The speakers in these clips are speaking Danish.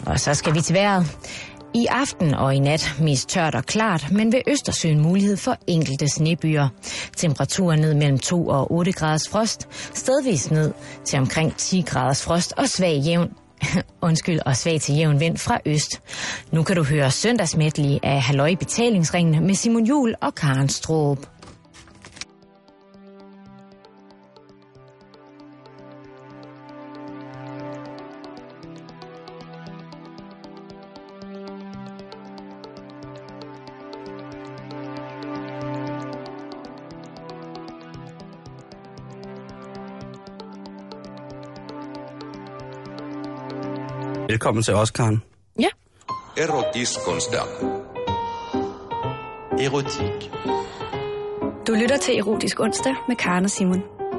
Og så skal vi til vejret. I aften og i nat mest tørt og klart, men ved Østersøen mulighed for enkelte snebyer. Temperaturen ned mellem 2 og 8 graders frost, stedvis ned til omkring 10 graders frost og svag til jævn vind fra øst. Nu kan du høre søndagsmedley af Halløj Betalingsringen med Simon Juhl og Karen Straarup. Velkommen til os, Karen. Ja. Erotisk-onsdag. Erotik. Du lytter til Erotisk Onsdag med Karen og Simon.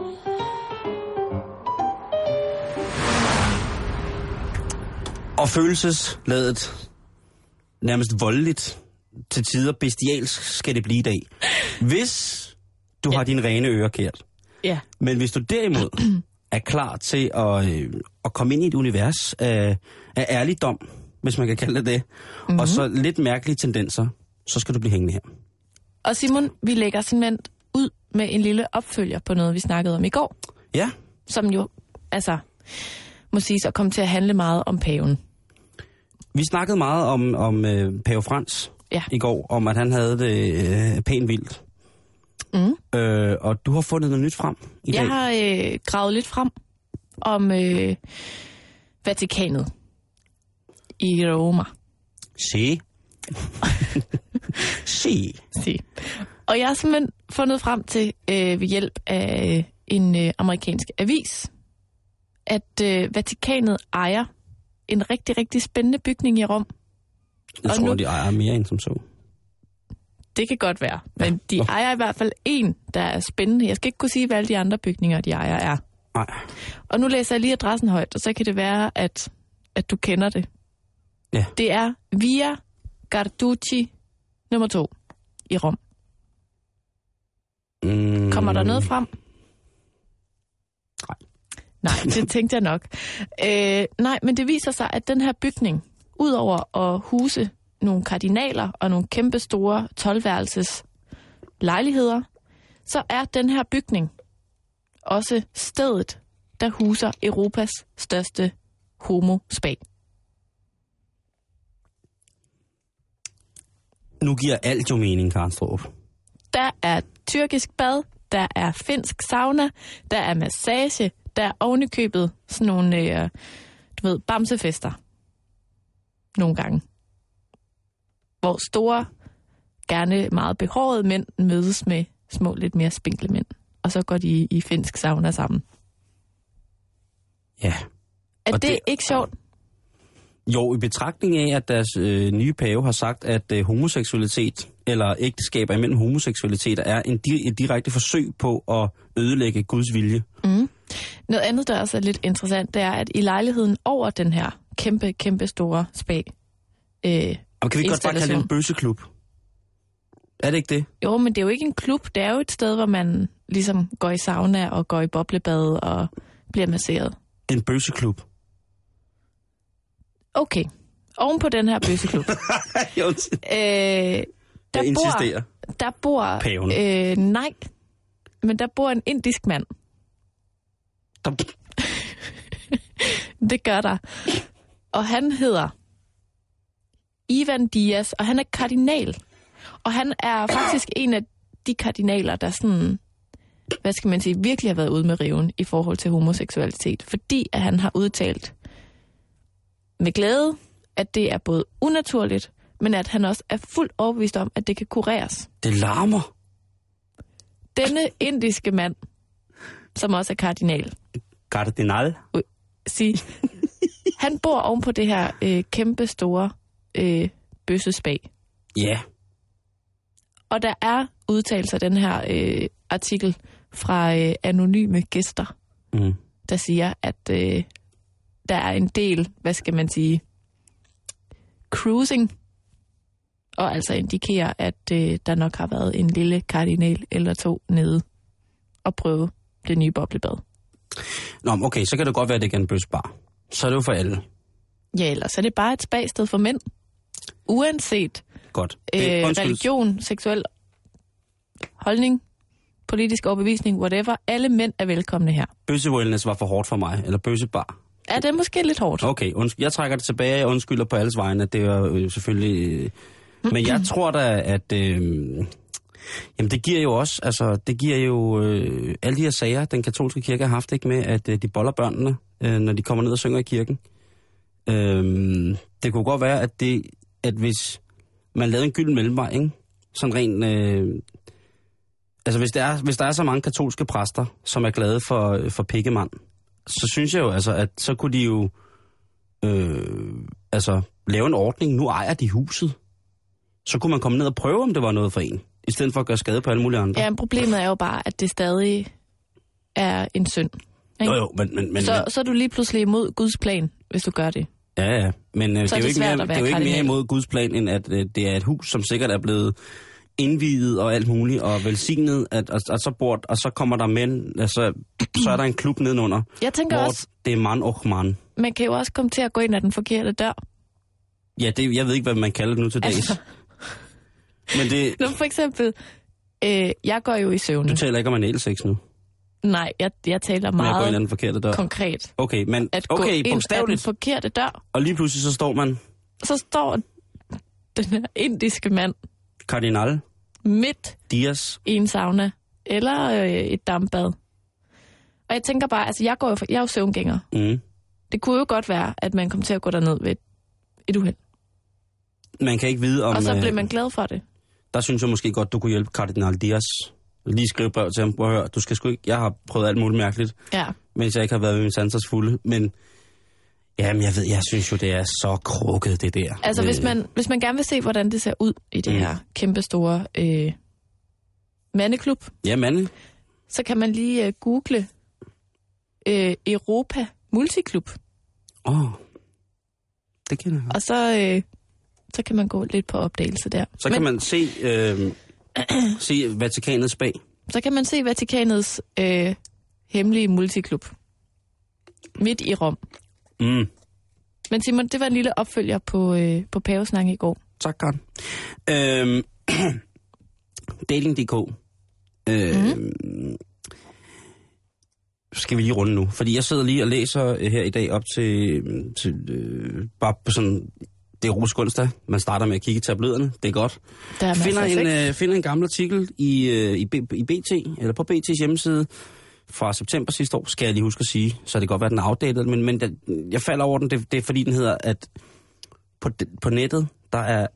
Og følelsesladet, nærmest voldeligt, til tider bestialsk skal det blive i dag. Hvis du har dine rene ører kært. Ja. Men hvis du derimod er klar til at komme ind i et univers af ærligdom, hvis man kan kalde det, og så lidt mærkelige tendenser, så skal du blive hængende her. Og Simon, vi lægger simpelthen ud med en lille opfølger på noget, vi snakkede om i går. Ja. Som jo, må siges at komme til at handle meget om paven. Vi snakkede meget om Pave Frans i går, om at han havde det pænt vildt. Og du har fundet noget nyt frem i dag. Jeg har gravet lidt frem om Vatikanet i Roma. Se. Se. Og jeg har simpelthen fundet frem til ved hjælp af en amerikansk avis, at Vatikanet ejer en rigtig, rigtig spændende bygning i Rom. Jeg tror, de ejer mere end som så. Det kan godt være, men de ejer i hvert fald en, der er spændende. Jeg skal ikke kunne sige, hvad alle de andre bygninger, de ejer, er. Nej. Og nu læser jeg lige adressen højt, og så kan det være, at du kender det. Ja. Det er Via Carducci nummer 2 i Rom. Kommer der noget frem? Nej, det tænkte jeg nok. Nej, men det viser sig, at den her bygning, udover at huse nogle kardinaler og nogle kæmpe store 12-værelses lejligheder, så er den her bygning også stedet, der huser Europas største homo-spa. Nu giver alt jo mening, Karen Straarup. Der er tyrkisk bad, der er finsk sauna, der er massage, der er ovenikøbet sådan nogle, bamsefester. Nogle gange. Hvor store, gerne meget behårede mænd mødes med små, lidt mere spinkle mænd. Og så går de i finsk sauna sammen. Ja. Er det ikke sjovt? Jo, i betragtning af, at deres nye pave har sagt, at homoseksualitet, eller ægteskaber imellem homoseksualiteter, er et direkte forsøg på at ødelægge Guds vilje. Mm. Noget andet, der også er lidt interessant, det er, at i lejligheden over den her kæmpe store spa, og kan vi godt bare kalde det en bøsseklub? Er det ikke det? Jo, men det er jo ikke en klub. Det er jo et sted, hvor man ligesom går i sauna og går i boblebad og bliver masseret. En bøsseklub? Okay. Oven på den her bøsseklub. Der bor paven. Nej, men der bor en indisk mand. Det gør der. Og han hedder Ivan Diaz, og han er kardinal. Og han er faktisk en af de kardinaler, der sådan, hvad skal man sige, virkelig har været ude med riven i forhold til homoseksualitet. Fordi at han har udtalt med glæde, at det er både unaturligt, men at han også er fuldt overbevist om, at det kan kureres. Det larmer. Denne indiske mand, som også er kardinal. Kardinal? Han bor oven på det her kæmpe store bøssespag. Ja. Yeah. Og der er udtalelser af den her artikel fra anonyme gæster, der siger, at der er en del, hvad skal man sige, cruising, og altså indikerer, at der nok har været en lille kardinal eller to nede og prøve det nye boblebad. Nå, okay, så kan det godt være, at det ikke er en bøsbar. Så er det jo for alle. Ja, ellers er det bare et spa-sted for mænd. Uanset Godt. religion, seksuel holdning, politisk overbevisning, whatever. Alle mænd er velkomne her. Bøsse-wellness var for hårdt for mig, eller bøssebar. Er det måske lidt hårdt? Okay, jeg trækker det tilbage, jeg undskylder på alles vegne, det er selvfølgelig... Men jeg tror da, at... jamen det giver jo også, altså det giver jo alle de her sager, den katolske kirke har haft, ikke, med at de boller børnene, når de kommer ned og synger i kirken. Det kunne godt være, at hvis man lavede en gylden mellemvej, ikke? Sådan rent... altså hvis der er så mange katolske præster, som er glade for pikkemand, så synes jeg jo altså, at så kunne de jo lave en ordning. Nu ejer de huset. Så kunne man komme ned og prøve, om det var noget for en, i stedet for at gøre skade på alle mulige andre. Ja, men problemet er jo bare, at det stadig er en synd. Ikke? Jo, men så er du lige pludselig imod Guds plan, hvis du gør det. Ja, men det er jo ikke mere imod Guds plan, end at det er et hus, som sikkert er blevet indviet og alt muligt, og velsignet, og så kommer der mænd, altså, så er der en klub nedenunder, jeg tænker hvor også, det er mand og mand. Man kan jo også komme til at gå ind ad den forkerte dør. Ja, jeg ved ikke, hvad man kalder det nu til dags. Altså. Men det... Nu for eksempel, jeg går jo i søvn. Du taler ikke om anal-sex nu? Nej, jeg taler meget jeg går ind ad den forkerte dør. Konkret. Okay, men at gå ind ad den forkerte dør. Og lige pludselig så står den her indiske mand Kardinal midt Dias i en sauna eller et dampbad. Og jeg tænker bare, altså jeg er jo søvngænger. Mm. Det kunne jo godt være, at man kom til at gå derned ved et uheld. Man kan ikke vide om... Og så blev man glad for det. Der synes jeg måske godt, du kunne hjælpe Kardinal Dias. Lige skrive brev til ham. Prøv at høre, du skal sgu ikke... Jeg har prøvet alt muligt mærkeligt, mens jeg ikke har været ved min sansers fulde. Men jamen, jeg synes jo, det er så krukket, det der. Altså, hvis man gerne vil se, hvordan det ser ud i det her kæmpestore mandeklub, så kan man lige google Europa Multiklub. Det kender jeg. Og så kan man gå lidt på opdagelse der. Så kan man se Vatikanets bag. Så kan man se Vatikanets hemmelige multiklub. Midt i Rom. Mm. Men Simon, det var en lille opfølger på Pavesnak i går. Tak, Karen. Dating.dk. Skal vi lige runde nu? Fordi jeg sidder lige og læser her i dag op til bare på sådan... Det er erotisk onsdag. Man starter med at kigge i tabloiderne. Det er godt. Finder en gammel artikel i BT, eller på BT's hjemmeside fra september sidste år, skal jeg lige huske at sige. Så det kan godt være, den er outdated, men jeg falder over den. Det er fordi, den hedder, at på nettet, der er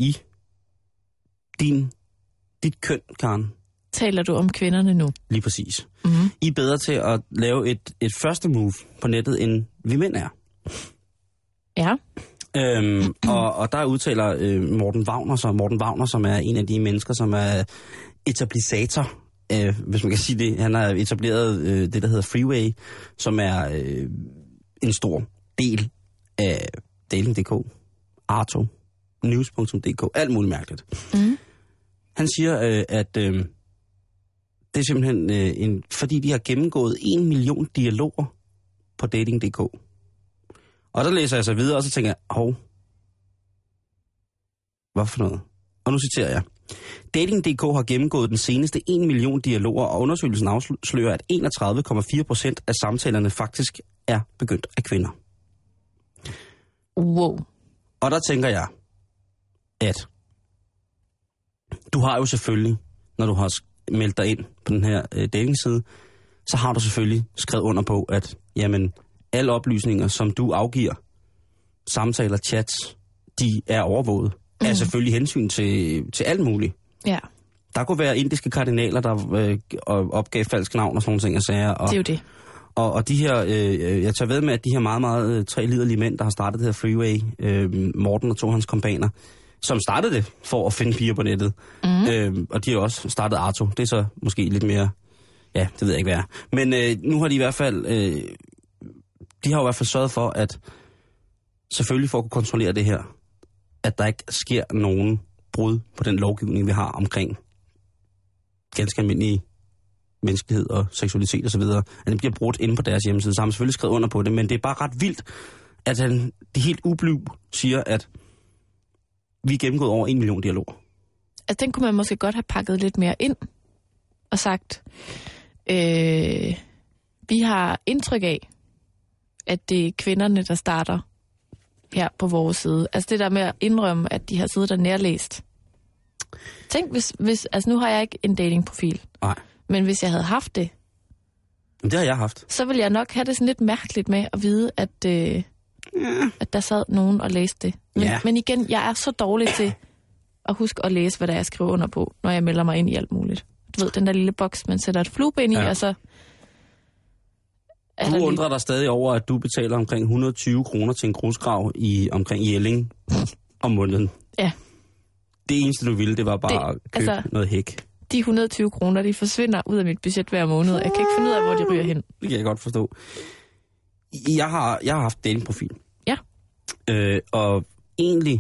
dit køn, Karen. Taler du om kvinderne nu? Lige præcis. Mm-hmm. I er bedre til at lave et første move på nettet, end vi mænd er. Ja. Og der udtaler Morten Wagner, som er en af de mennesker, som er etablissator, hvis man kan sige det. Han har etableret det, der hedder Freeway, som er en stor del af Dating.dk, Arto, News.dk, alt muligt mærkeligt. Mm. Han siger, at det er simpelthen fordi de har gennemgået 1 million dialoger på Dating.dk. Og der læser jeg så videre, og så tænker jeg, hvad for noget? Og nu citerer jeg. Dating.dk har gennemgået den seneste 1 million dialoger, og undersøgelsen afslører, at 31,4% af samtalerne faktisk er begyndt af kvinder. Wow. Og der tænker jeg, at du har jo selvfølgelig, når du har meldt dig ind på den her datingside, så har du selvfølgelig skrevet under på, at jamen, alle oplysninger, som du afgiver, samtaler, chats, de er overvåget. Er selvfølgelig hensyn til alt muligt. Ja. Der kunne være indiske kardinaler, der opgav falsk navn og sådan nogle ting, jeg sagde. Og, det er jo det. Og de her, jeg tager ved med, at de her meget, meget 3 liderlige mænd, der har startet det her Freeway, Morten og 2 hans kompaner, som startede det for at finde piger på nettet. Mm. Og de har også startet Arto. Det er så måske lidt mere, ja, det ved jeg ikke, hvad er. Men nu har de i hvert fald, de har i hvert fald sørget for, at selvfølgelig for at kunne kontrollere det her, at der ikke sker nogen brud på den lovgivning, vi har omkring ganske almindelig menneskelighed og seksualitet osv., at det bliver brudt inde på deres hjemmeside. Så har man selvfølgelig skrevet under på det, men det er bare ret vildt, at han det helt ublu siger, at vi er gennemgået over 1 million dialoger. Altså, den kunne man måske godt have pakket lidt mere ind og sagt, vi har indtryk af, at det er kvinderne, der starter her på vores side. Altså det der med at indrømme, at de har siddet og nærlæst. Tænk, hvis altså nu har jeg ikke en datingprofil. Nej. Men hvis jeg havde haft det, Men det har jeg haft. så ville jeg nok have det sådan lidt mærkeligt med at vide, at der sad nogen og læste det. Men igen, jeg er så dårlig til at huske at læse, hvad der er, jeg skriver under på, når jeg melder mig ind i alt muligt. Du ved, den der lille boks, man sætter et flueben i, og så... Du undrer dig stadig over, at du betaler omkring 120 kroner til en grusgrav omkring Jelling om måneden. Ja. Det eneste, du ville, det var bare at købe noget hæk. De 120 kroner, de forsvinder ud af mit budget hver måned. Jeg kan ikke finde ud af, hvor de ryger hen. Det kan jeg godt forstå. Jeg har haft datingprofil. Ja. Og egentlig...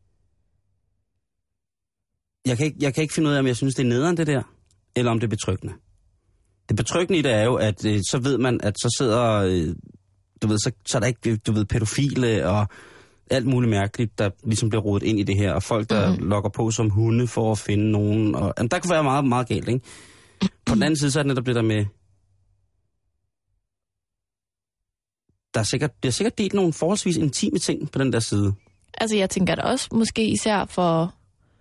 Jeg kan ikke finde ud af, om jeg synes, det er nederen, det der, eller om det er betryggende. Det betryggende i det er jo, at så ved man, at så sidder, så er der ikke, pædofile og alt muligt mærkeligt, der ligesom bliver rodet ind i det her, og folk, der lokker på som hunde for at finde nogen. Og, der kan være meget, meget galt, ikke? På den anden side, så er det netop det der med, der bliver sikkert delt nogle forholdsvis intime ting på den der side. Altså, jeg tænker da også, måske især for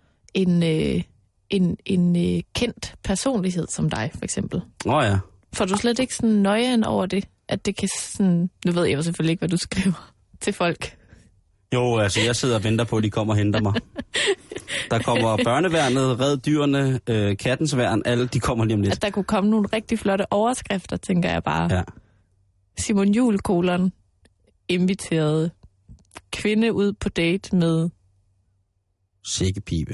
en kendt personlighed som dig, for eksempel. Ja. Får du slet ikke sådan nøjen over det? At det kan sådan... Nu ved jeg jo selvfølgelig ikke, hvad du skriver til folk. Jo, altså jeg sidder og venter på, at de kommer og henter mig. Der kommer børneværnet, Red Dyrene, Kattens Værn, alle de kommer lige om lidt. At der kunne komme nogle rigtig flotte overskrifter, tænker jeg bare. Ja. Simon Juhl, inviteret kvinde ud på date med... Sækkepibe.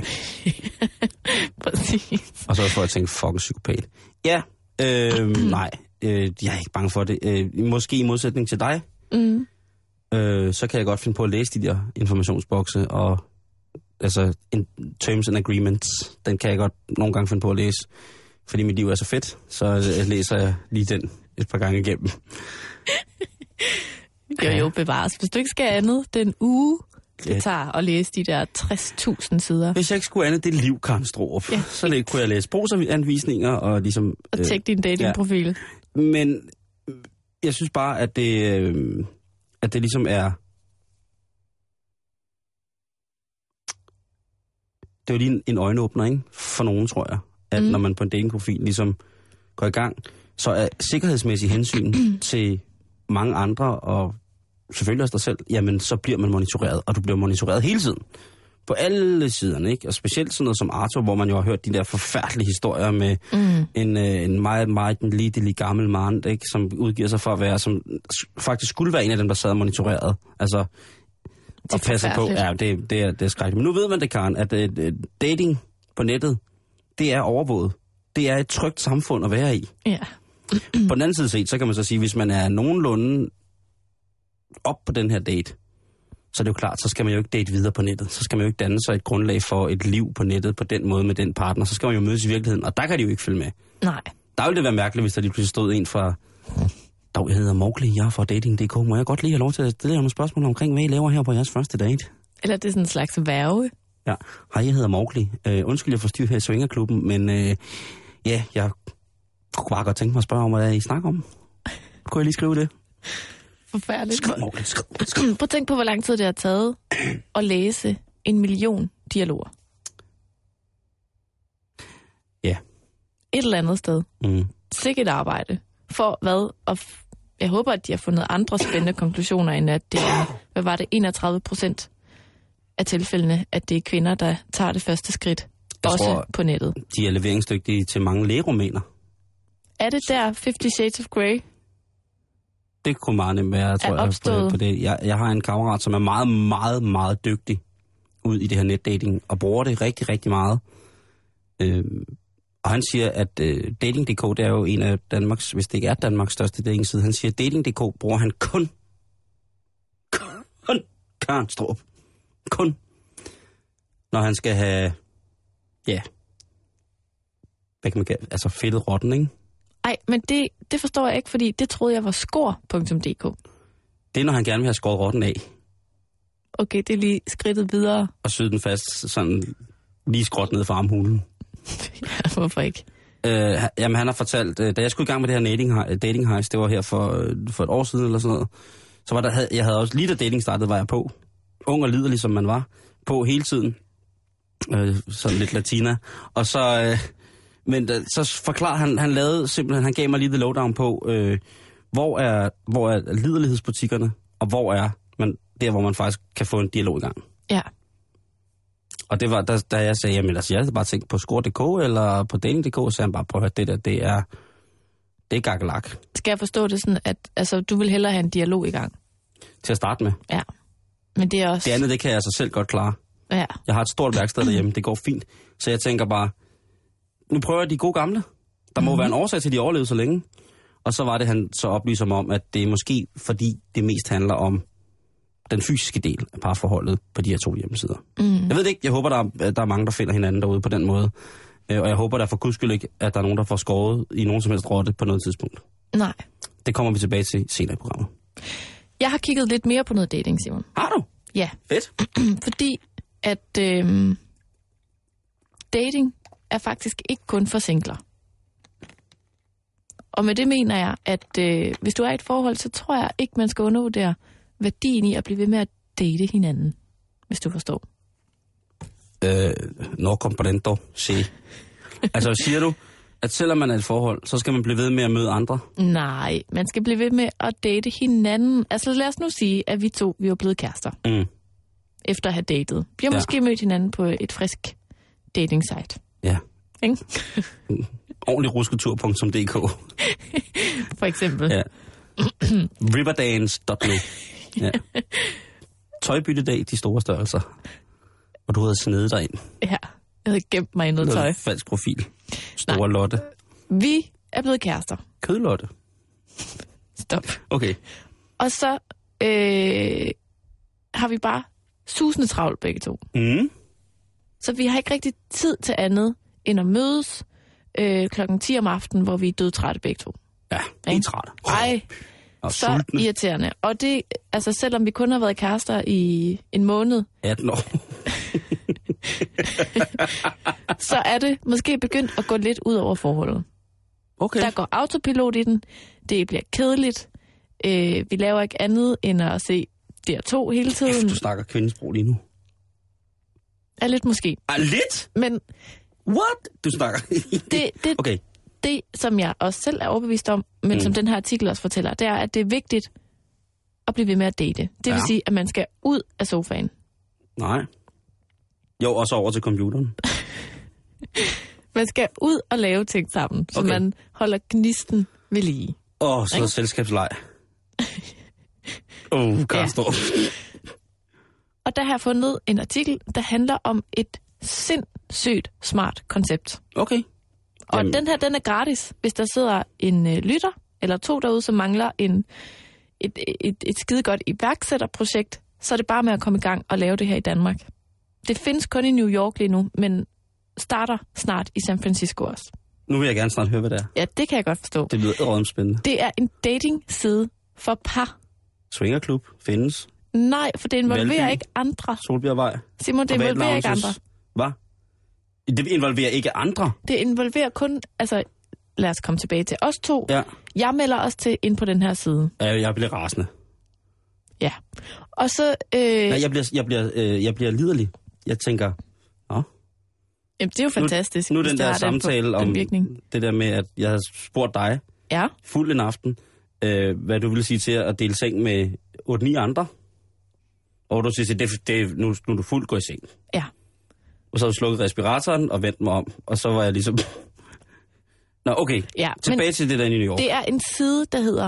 Præcis. Og så får jeg tænkt, fucking psykopat. Ja, nej, jeg er ikke bange for det. Måske i modsætning til dig, så kan jeg godt finde på at læse de der informationsbokse, og altså terms and agreements, den kan jeg godt nogle gange finde på at læse, fordi mit liv er så fedt, så læser jeg lige den et par gange igennem. Jo, bevares. Hvis du ikke skal andet, den uge, det tager at læse de der 60.000 sider. Hvis jeg ikke skulle andet det liv, Karen Straarup, så kunne jeg læse brugsanvisninger og ligesom... Og tjekke din datingprofil. Ja. Men jeg synes bare, at det ligesom er... Det er jo lige en øjenåbner, ikke? For nogen, tror jeg. At når man på en datingprofil ligesom går i gang, så er sikkerhedsmæssig hensyn til mange andre og selvfølgelig også dig selv, jamen så bliver man monitoreret, og du bliver monitoreret hele tiden. På alle siderne, ikke? Og specielt sådan noget som Arthur, hvor man jo har hørt de der forfærdelige historier med en meget, meget lidelig gammel mand, ikke? Som udgiver sig for at være, som faktisk skulle være en af dem, der sad og monitoreret. Altså, og passer på. Ja, det er skrækkeligt. Men nu ved man det, Karen, at dating på nettet, det er overvåget. Det er et trygt samfund at være i. Ja. På den anden side set, så kan man så sige, hvis man er nogenlunde op på den her date, så er det jo klart, så skal man jo ikke date videre på nettet. Så skal man jo ikke danne sig et grundlag for et liv på nettet på den måde med den partner. Så skal man jo mødes i virkeligheden, og der kan de jo ikke følge med. Nej. Der ville det være mærkeligt, hvis der lige pludselig stod en fra... Dog, jeg hedder Mowgli, jeg er fra dating.dk. Må jeg godt lige have lov til at stille jer nogle spørgsmål omkring, hvad I laver her på jeres første date? Eller det er sådan en slags værge. Ja. Hej, jeg hedder Mowgli. Undskyld, jeg forstyrrer her i Swingerklubben, men jeg kunne bare godt tænke mig at spørge om, hvad I snakker om. Kunne jeg lige skrive det? Forfærdeligt. Skriv, Mowgli, skriv. Prøv at tænke på, hvor lang tid det har taget at læse 1 million dialoger. Ja. Et eller andet sted. Sikkert arbejde. For hvad? Og jeg håber, at de har fundet andre spændende konklusioner, end at det er, hvad var det, 31% af tilfældene, at det er kvinder, der tager det første skridt. Jeg også tror, på nettet. De er leveringsdygtige til mange lægeromaner. Er det der 50 Shades of Grey? Det kunne meget nemt være, tror jeg, på det. Jeg har en kammerat, som er meget, meget, meget dygtig ud i det her netdating, og bruger det rigtig, rigtig meget. Og han siger, at Dating.dk, det er jo en af Danmarks, hvis det ikke er Danmarks største datingside, han siger, at Dating.dk bruger han kun Karen Straarup. Kun. Når han skal have, hvad kan man kalde, altså fedtet rotten, ikke? Nej, men det forstår jeg ikke, fordi det troede jeg var skor.dk. Det er, når han gerne vil have skåret rotten af. Okay, det er lige skridtet videre. Og syde den fast, sådan lige skråt ned for armhulen. Ja, hvorfor ikke? Jamen, han har fortalt, da jeg skulle i gang med det her dating heist, det var her for et år siden eller sådan noget, så var jeg havde også, lige da dating startede, var jeg på. Ung og liderlig, som man var. På hele tiden. Sådan lidt latina. Og så... så forklarer han lavede simpelthen, han gav mig lige the lowdown på, hvor er liderlighedsbutikkerne, og hvor er man der, hvor man faktisk kan få en dialog i gang. Ja. Og det var, da jeg sagde, jamen altså, jeg havde bare tænkt på score.dk eller på dating.dk, så han bare, prøv at høre, det der, det er gakkelak. Skal jeg forstå det sådan, at altså, du vil hellere have en dialog i gang? Til at starte med. Ja. Men det er også... Det andet, det kan jeg altså selv godt klare. Ja. Jeg har et stort værksted derhjemme, det går fint. Så jeg tænker bare, nu prøver jeg de gode gamle. Der må være en årsag til, at de overlevede så længe. Og så var det, han så oplyser mig om, at det er måske, fordi det mest handler om den fysiske del af parforholdet på de her 2 hjemmesider. Jeg ved det ikke. Jeg håber, der er mange, der finder hinanden derude på den måde. Og jeg håber, der for guds skyld ikke, at der er nogen, der får skåret i nogen som helst rotte på noget tidspunkt. Nej. Det kommer vi tilbage til senere i programmet. Jeg har kigget lidt mere på noget dating, Simon. Har du? Ja. Fedt. Fordi at dating er faktisk ikke kun for singler. Og med det mener jeg, at hvis du er i et forhold, så tror jeg ikke, man skal undervurdere værdien i at blive ved med at date hinanden, hvis du forstår. No comprendo, sí. Altså, siger du, at selvom man er i et forhold, så skal man blive ved med at møde andre? Nej, man skal blive ved med at date hinanden. Altså, lad os nu sige, at vi er blevet kærester. Efter at have datet. Vi har måske mødt hinanden på et frisk dating-site. Ja. Ikke? Ordentligrusketur.dk For eksempel. Ja. Riverdance.nu. Ja. Tøjbyttedag, de store størrelser. Og du havde snedet dig ind. Ja, jeg havde gemt mig i noget tøj. Falsk profil. Store Lotte. Vi er blevet kærester. Kødlotte. Stop. Okay. Og så har vi bare susende travlt begge to. Så vi har ikke rigtig tid til andet end at mødes klokken 10 om aftenen, hvor vi er dødtrætte begge to. Ja, det er trætte. Ej, så sultne. Irriterende. Og det, altså selvom vi kun har været kærester i en måned, 18 år, så er det måske begyndt at gå lidt ud over forholdet. Okay. Der går autopilot i den. Det bliver kedeligt. Vi laver ikke andet end at se DR2 hele tiden. Du snakker kvindesprog lige nu. Er lidt måske. Er lidt? Men what? Du snakker. Okay. Det, som jeg også selv er overbevist om, men som den her artikel også fortæller, det er, at det er vigtigt at blive ved med at date. Det vil sige, at man skal ud af sofaen. Nej. Jo, også over til computeren. Man skal ud og lave ting sammen, så man holder gnisten ved lige. Så er selskabsleg. Karlstrup. Ja. Og der har jeg fundet en artikel, der handler om et sindssygt smart koncept. Okay. Og den her, den er gratis, hvis der sidder en lytter eller 2 derude, som mangler et skidegodt iværksætterprojekt, så er det bare med at komme i gang og lave det her i Danmark. Det findes kun i New York lige nu, men starter snart i San Francisco også. Nu vil jeg gerne snart høre, hvad det er. Ja, det kan jeg godt forstå. Det lyder spændende. Det er en dating-side for par. Swingerklub findes. Nej, for det involverer ikke andre. Solbjergvej. Simon, det involverer ikke andre. Hvad? Det involverer ikke andre? Det involverer kun, altså, lad os komme tilbage til os 2. Ja. Jeg melder os til ind på den her side. Ja, jeg bliver rasende. Ja. Og så... Jeg bliver liderlig. Jeg tænker, Jamen, det er jo fantastisk. Nu den der samtale om det der med, at jeg har spurgt dig fuld en aften, hvad du ville sige til at dele seng med 8-9 andre. Og du siger, nu er du fuldt gået i seng. Ja. Og så har du slukket respiratoren og vendt mig om, og så var jeg ligesom... Nå, okay. Ja, tilbage til det der i New York. Det er en side, der hedder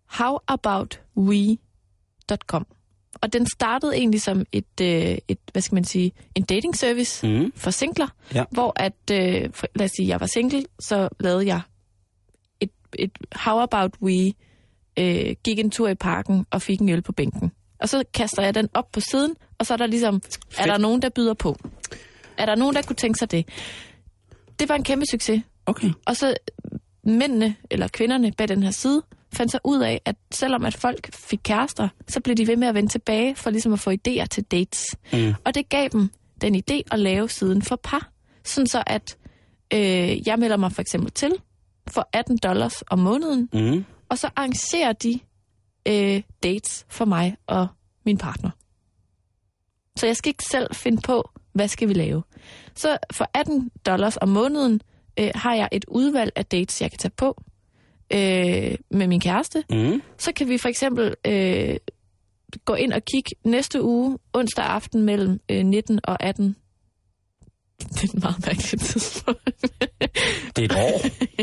howaboutwe.com. Og den startede egentlig som et hvad skal man sige, en dating service for singler, hvor at, lad os sige, jeg var single, så lavede jeg et How About We, gik en tur i parken og fik en øl på bænken. Og så kaster jeg den op på siden, og så er der ligesom, er der nogen, der byder på? Er der nogen, der kunne tænke sig det? Det var en kæmpe succes. Okay. Og så mændene, eller kvinderne bag den her side, fandt så ud af, at selvom at folk fik kærester, så blev de ved med at vende tilbage for ligesom at få idéer til dates. Og det gav dem den idé at lave siden for par. Sådan så, at jeg melder mig for eksempel til for $18 om måneden, og så arrangerer de dates for mig og min partner. Så jeg skal ikke selv finde på, hvad skal vi lave. Så for $18 om måneden har jeg et udvalg af dates, jeg kan tage på med min kæreste. Så kan vi for eksempel gå ind og kigge næste uge, onsdag aften mellem 19 og 18. Det er et meget mærkeligt tidspunkt. Det er et år.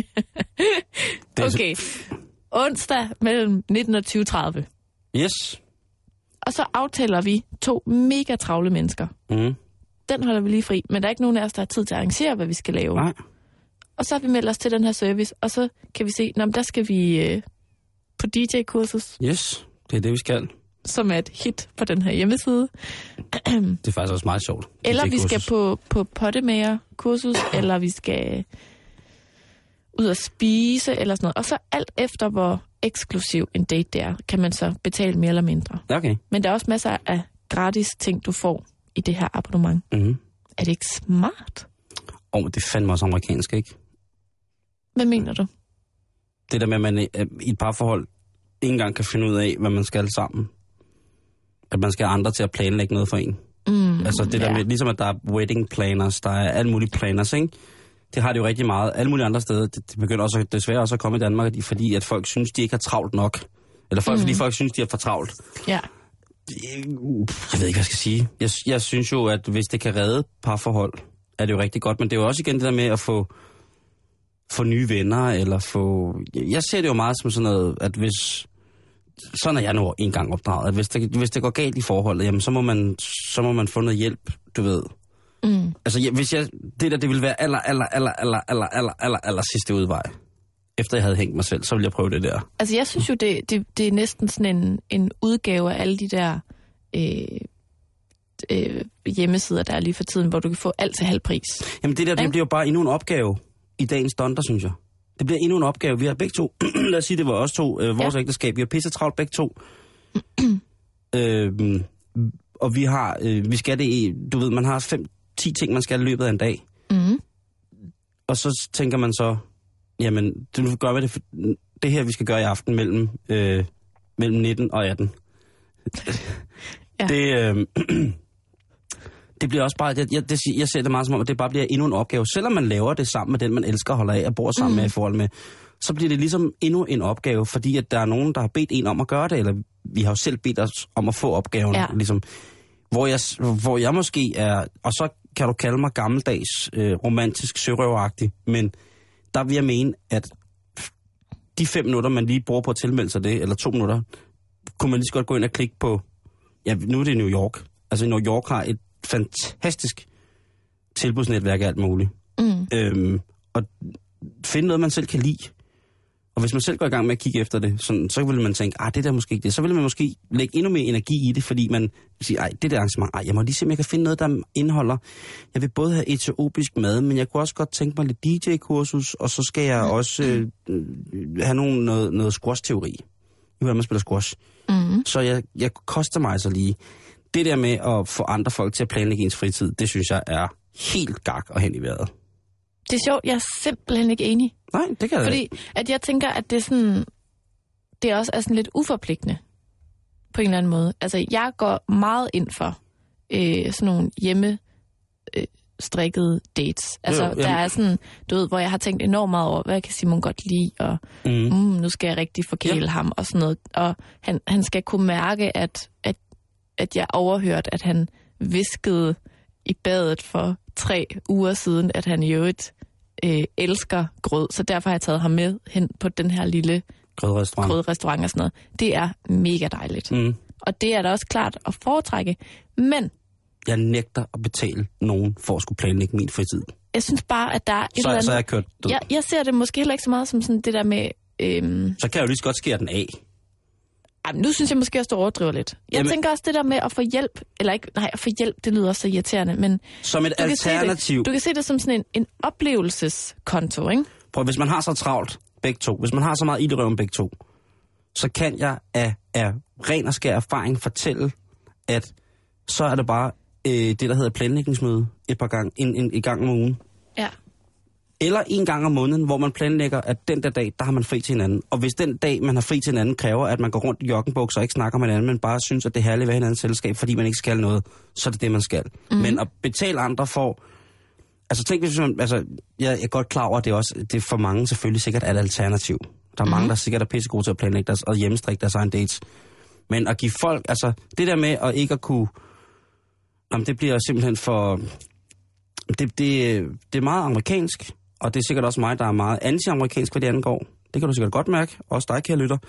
Okay. Onsdag mellem 19 og 20:30. Yes. Og så aftaler vi 2 mega travle mennesker. Den holder vi lige fri, men der er ikke nogen af os, der har tid til at arrangere, hvad vi skal lave. Nej. Og så har vi meldt os til den her service, og så kan vi se, der skal vi på DJ-kursus. Yes, det er det, vi skal. Som er et hit på den her hjemmeside. Det er faktisk også meget sjovt. Eller vi skal på pottemager-kursus, eller vi skal ud at spise, eller sådan noget. Og så alt efter, hvor eksklusiv en date det er, kan man så betale mere eller mindre. Okay. Men der er også masser af gratis ting, du får i det her abonnement. Er det ikke smart? Det er fandme også amerikansk, ikke? Hvad mener du? Det der med, at man i et parforhold ikke engang kan finde ud af, hvad man skal sammen. At man skal have andre til at planlægge noget for en. Altså det der med, ligesom at der er wedding planners, der er alle mulige planners, ikke? Det har det jo rigtig meget. Alle mulige andre steder, det begynder også desværre også at komme i Danmark, fordi at folk synes, de ikke har travlt nok. Eller fordi folk synes, de er for travlt. Ja. Jeg ved ikke, hvad jeg skal sige. Jeg synes jo, at hvis det kan redde parforhold, er det jo rigtig godt. Men det er jo også igen det der med at få nye venner, eller få... Jeg ser det jo meget som sådan noget, at hvis... Sådan er jeg nu en gang opdraget, at hvis det går galt i forholdet, jamen så må man få noget hjælp, du ved. Altså hvis det ville være aller sidste udvej. Efter jeg havde hængt mig selv, så ville jeg prøve det der. Altså jeg synes jo, det er næsten sådan en udgave af alle de der hjemmesider, der er lige for tiden, hvor du kan få alt til halv pris. Jamen det der, det bliver jo bare endnu en opgave i dagens donder, synes jeg. Det bliver endnu en opgave. Vi har begge to, lad os sige, det var os to, vores ægteskab. Vi har pisse travlt begge to. Og vi skal det i, du ved, man har 5-10 ting, man skal i løbet af en dag. Og så tænker man så, jamen, nu gør vi det her, vi skal gøre i aften mellem 19 og 18. Det bliver også bare, jeg ser det meget som om, at det bare bliver endnu en opgave. Selvom man laver det sammen med den, man elsker og holder af og bor sammen med i forhold med, så bliver det ligesom endnu en opgave, fordi at der er nogen, der har bedt en om at gøre det, eller vi har jo selv bedt os om at få opgaven. Ja. Ligesom, hvor jeg måske er, og så kan du kalde mig gammeldags, romantisk, sørøveragtig, men der vil jeg mene, at de 5 minutter, man lige bruger på at tilmelde sig det, eller 2 minutter, kunne man lige så godt gå ind og klikke på, ja, nu er det New York. Altså New York har et fantastisk tilbudsnetværk af alt muligt. Og finde noget, man selv kan lide. Og hvis man selv går i gang med at kigge efter det, så vil man tænke, det der måske ikke det. Så vil man måske lægge endnu mere energi i det, fordi man siger, det der arrangement, jeg må lige se, om jeg kan finde noget, der indeholder. Jeg vil både have etiopisk mad, men jeg kunne også godt tænke mig lidt DJ-kursus, og så skal jeg også have noget squash-teori. Hvordan man spiller squash. Så jeg koster mig så lige. Det der med at få andre folk til at planlægge ens fritid, det synes jeg er helt gak og hen i vejret. Det er sjovt, jeg er simpelthen ikke enig. Nej, det kan jeg ikke. Fordi at jeg tænker, at det er sådan, det også er sådan lidt uforpligtende på en eller anden måde. Altså, jeg går meget ind for sådan nogle hjemmestrikkede dates. Altså, der er sådan, du ved, hvor jeg har tænkt enormt meget over, hvad kan Simon godt lide, og nu skal jeg rigtig forkæle ham, og sådan noget. Og han skal kunne mærke, at jeg overhørte, at han viskede i badet for 3 uger siden, at han i øvrigt elsker grød, så derfor har jeg taget ham med hen på den her lille grødrestaurant og sådan noget. Det er mega dejligt. Og det er da også klart at foretrække, men... Jeg nægter at betale nogen for at skulle planlægge min fritid. Jeg synes bare, at der er et eller andet... Så er jeg kørt død. Jeg ser det måske heller ikke så meget som sådan det der med... Så kan jeg jo lige så godt skære den af. Nu synes jeg måske også, det overdriver lidt. Jeg tænker også det der med at få hjælp, eller ikke, nej, at få hjælp, det lyder også så irriterende, men... Som et alternativ. Du kan se det som sådan en oplevelseskonto, ikke? Prøv, hvis man har så travlt, begge to, hvis man har så meget ilderøven begge to, så kan jeg af ren og skær erfaring fortælle, at så er det bare det, der hedder planlægningsmøde et par gange, en gang om ugen. Ja. Eller en gang om måneden, hvor man planlægger, at den der dag, der har man fri til hinanden. Og hvis den dag, man har fri til hinanden, kræver, at man går rundt i joggenbukser og ikke snakker med hinanden, men bare synes, at det er herligt at være hinandens selskab, fordi man ikke skal noget, så er det det, man skal. Mm-hmm. Men at betale andre for... Altså tænk, hvis man... Altså, jeg er godt klar over, at det er for mange selvfølgelig sikkert et alternativ. Der er mange, der sikkert er pissegode til at planlægge deres og hjemmestrikke deres egen dates. Men at give folk... Altså, det der med at ikke at kunne... Jamen, det bliver simpelthen for... Det er meget amerikansk, og det er sikkert også mig, der er meget anti-amerikansk, hvad det angår. Det kan du sikkert godt mærke, også dig, kære lytter.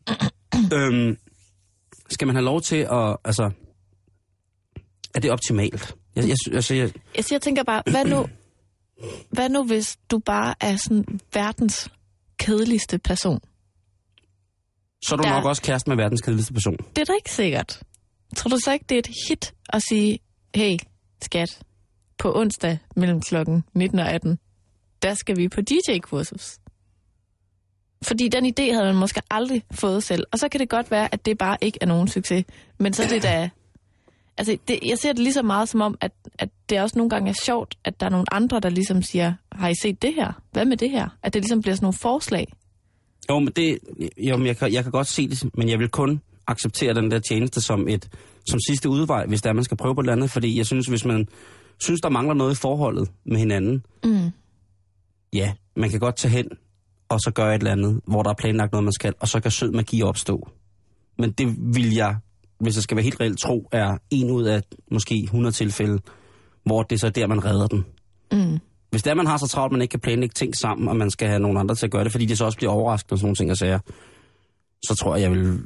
Skal man have lov til at... Altså, er det optimalt? Jeg tænker bare, hvad nu, hvis du bare er sådan verdens kedeligste person? Så er du nok også kæreste med verdens kedeligste person. Det er da ikke sikkert. Tror du så ikke, det er et hit at sige, hey, skat, på onsdag mellem klokken 19 og 18, der skal vi på DJ-kursus? Fordi den idé havde man måske aldrig fået selv. Og så kan det godt være, at det bare ikke er nogen succes. Men så er det da... Altså, jeg ser det lige så meget som om, at det også nogle gange er sjovt, at der er nogle andre, der ligesom siger, har I set det her? Hvad med det her? At det ligesom bliver sådan nogle forslag. Men jeg kan godt se det, men jeg vil kun acceptere den der tjeneste som sidste udvej, hvis der man skal prøve på et eller andet. Fordi jeg synes, hvis man synes, der mangler noget i forholdet med hinanden, ja, man kan godt tage hen og så gøre et eller andet, hvor der er planlagt noget, man skal, og så kan sød magi opstå. Men det vil jeg, hvis jeg skal være helt reelt tro, er en ud af måske 100 tilfælde, hvor det så er der, man redder den. Hvis der man har så travlt, man ikke kan planlægge ting sammen, og man skal have nogle andre til at gøre det, fordi det så også bliver overrasket og sådan nogle ting og sager, så tror jeg vil,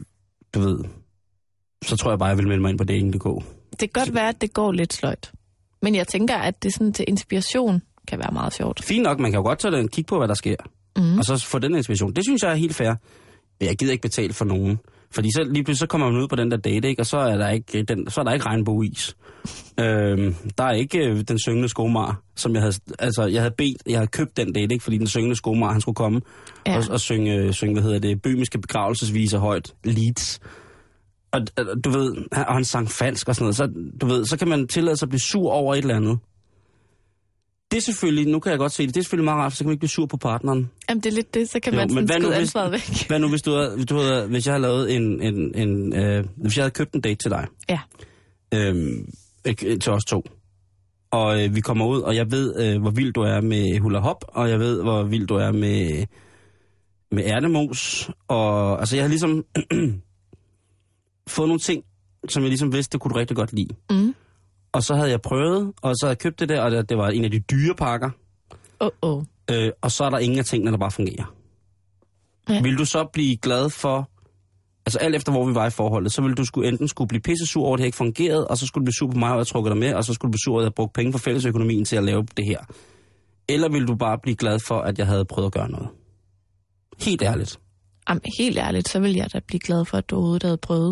så tror jeg bare, jeg vil melde mig ind på dating.dk. Det kan godt være, at det går lidt sløjt. Men jeg tænker, at det sådan til inspiration kan være meget sjovt. Fint nok, man kan jo godt tage en kig på, hvad der sker. Og så få den inspiration. Det synes jeg er helt fair. Jeg gider ikke betale for nogen. Fordi så lige pludselig så kommer man ud på den der date, ikke? Og så er der ikke, regnbueis. Der er ikke den syngende skomar, som jeg havde købt den date, ikke? Fordi den syngende skomar, han skulle komme og synge, bøhmiske begravelsesviser højt, Leeds. Og du ved, og han sang falsk og sådan noget, så du ved, så kan man tillade sig at blive sur over et eller andet. Det er selvfølgelig, nu kan jeg godt se det, det er selvfølgelig meget rart, så kan man ikke blive sur på partneren. Jamen det er lidt det, så kan man sådan skyde ansvaret væk. Hvad nu, hvis jeg havde lavet hvis jeg havde købt en date til dig? Ja. Til os to. Og vi kommer ud, og jeg ved, hvor vild du er med hula hop, og jeg ved, hvor vild du er med ærtemos. Og altså, jeg har ligesom fået nogle ting, som jeg ligesom vidste, det kunne du rigtig godt lide. Og så havde jeg prøvet, og så havde jeg købt det der, og det var en af de dyre pakker. Og så er der ingen af tingene, der bare fungerer. Ja. Vil du så blive glad for, altså alt efter hvor vi var i forholdet, så ville du enten blive pissesur over, at det ikke fungerede, og så skulle du blive sur på mig, og jeg trukket dig med, og så skulle du blive sur over, at jeg brugt penge fra fællesøkonomien til at lave det her. Eller vil du bare blive glad for, at jeg havde prøvet at gøre noget? Helt ærligt. Jamen, helt ærligt, så vil jeg da blive glad for, at du overhovedet havde prøvet.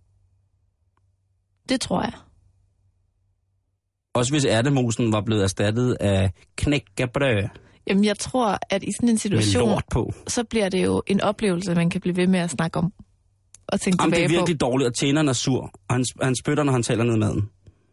Det tror jeg. Også hvis ærtemosen var blevet erstattet af knækkebrød. Jamen, jeg tror, at i sådan en situation, så bliver det jo en oplevelse, man kan blive ved med at snakke om. Og tænke tilbage på. Det er virkelig dårligt, at tjeneren er sur, og han spytter, når han taler ned maden.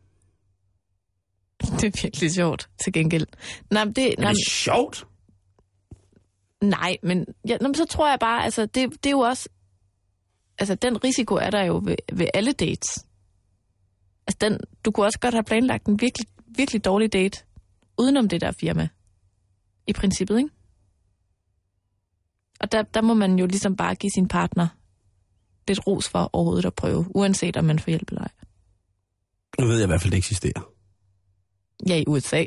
Det er virkelig sjovt, til gengæld. Er det sjovt? Nej, men så tror jeg bare, altså, det er jo også, altså, den risiko er der jo ved alle dates. Altså, du kunne også godt have planlagt en virkelig, virkelig dårlig date, udenom det der firma. I princippet, ikke? Og der må man jo ligesom bare give sin partner lidt ros for overhovedet at prøve, uanset om man får hjælp eller ej. Nu ved jeg i hvert fald, det eksisterer. Ja, i USA.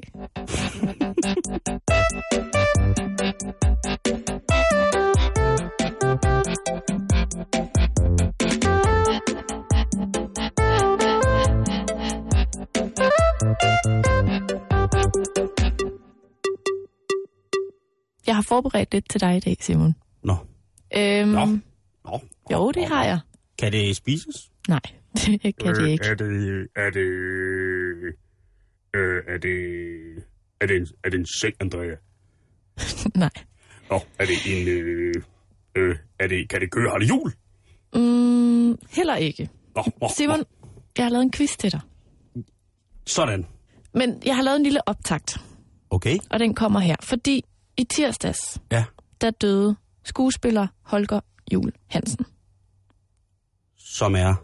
Jeg har forberedt lidt til dig i dag, Simon. Nå. Jo, det har jeg. Kan det spises? Nej, det kan det ikke. Er det en seng, Andrea? Nej. Nå, er det en... kan det køre? Har det hjul? Heller ikke. Simon, jeg har lavet en quiz til dig. Sådan. Men jeg har lavet en lille optakt. Okay. Og den kommer her. Fordi i tirsdags, der døde skuespiller Holger Juhl Hansen. Som er?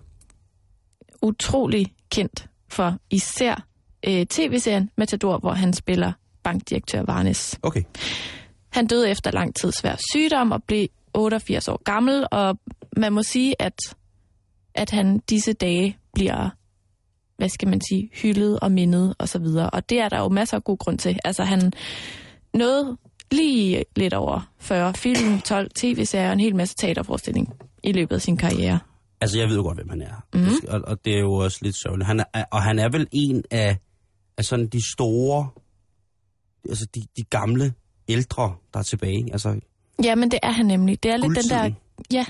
Utrolig kendt for især tv-serien Matador, hvor han spiller bankdirektør Varnes. Okay. Han døde efter lang tid svær sygdom og blev 88 år gammel, og man må sige, at han disse dage bliver, hvad skal man sige, hyldet og mindet og så videre. Og det er der jo masser af god grund til. Altså han nåede lige lidt over 40 film, 12 tv-serier og en hel masse teaterforestilling i løbet af sin karriere. Altså jeg ved jo godt, hvem han er. Mm-hmm. Og det er jo også lidt sørgeligt. Han er vel en af sådan de store, altså de gamle ældre, der er tilbage. Altså, ja, men det er han nemlig. Det er lidt den der,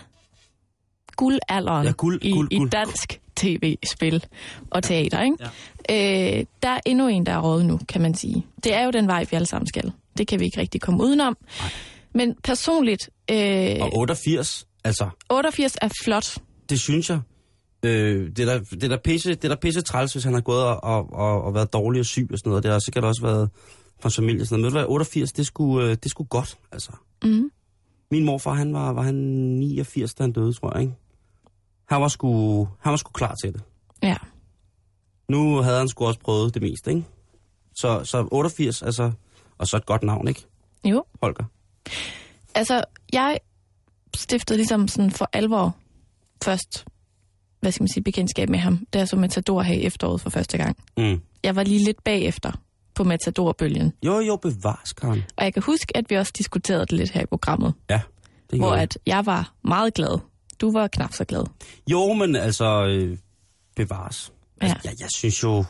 guldalderen i dansk tv-spil og teater, ikke? Ja. Der er endnu en, der er rådet nu, kan man sige. Det er jo den vej, vi alle sammen skal. Det kan vi ikke rigtig komme udenom. Nej. Men personligt... og 88, altså... 88 er flot. Det synes jeg. Det er der pisse træls, hvis han har gået og været dårlig og syg og sådan noget. Det har sikkert også været for hans familie og sådan noget. Men 88, det er sgu godt, altså. Mm. Min morfar, han var 89, da han døde, tror jeg, ikke? Han var sgu klar til det. Ja. Nu havde han sgu også prøvet det meste, ikke? Så 88, altså... Og så et godt navn, ikke? Jo. Holger. Altså, jeg stiftede ligesom sådan for alvor først, hvad skal man sige, bekendtskab med ham, da jeg så Matador her i efteråret for første gang. Mm. Jeg var lige lidt bagefter på Matador-bølgen. Jo, bevares, Karen. Og jeg kan huske, at vi også diskuterede det lidt her i programmet. Ja. Hvor at jeg var meget glad. Du var knap så glad. Jo, men altså, bevares. Altså, ja. Jeg synes jo...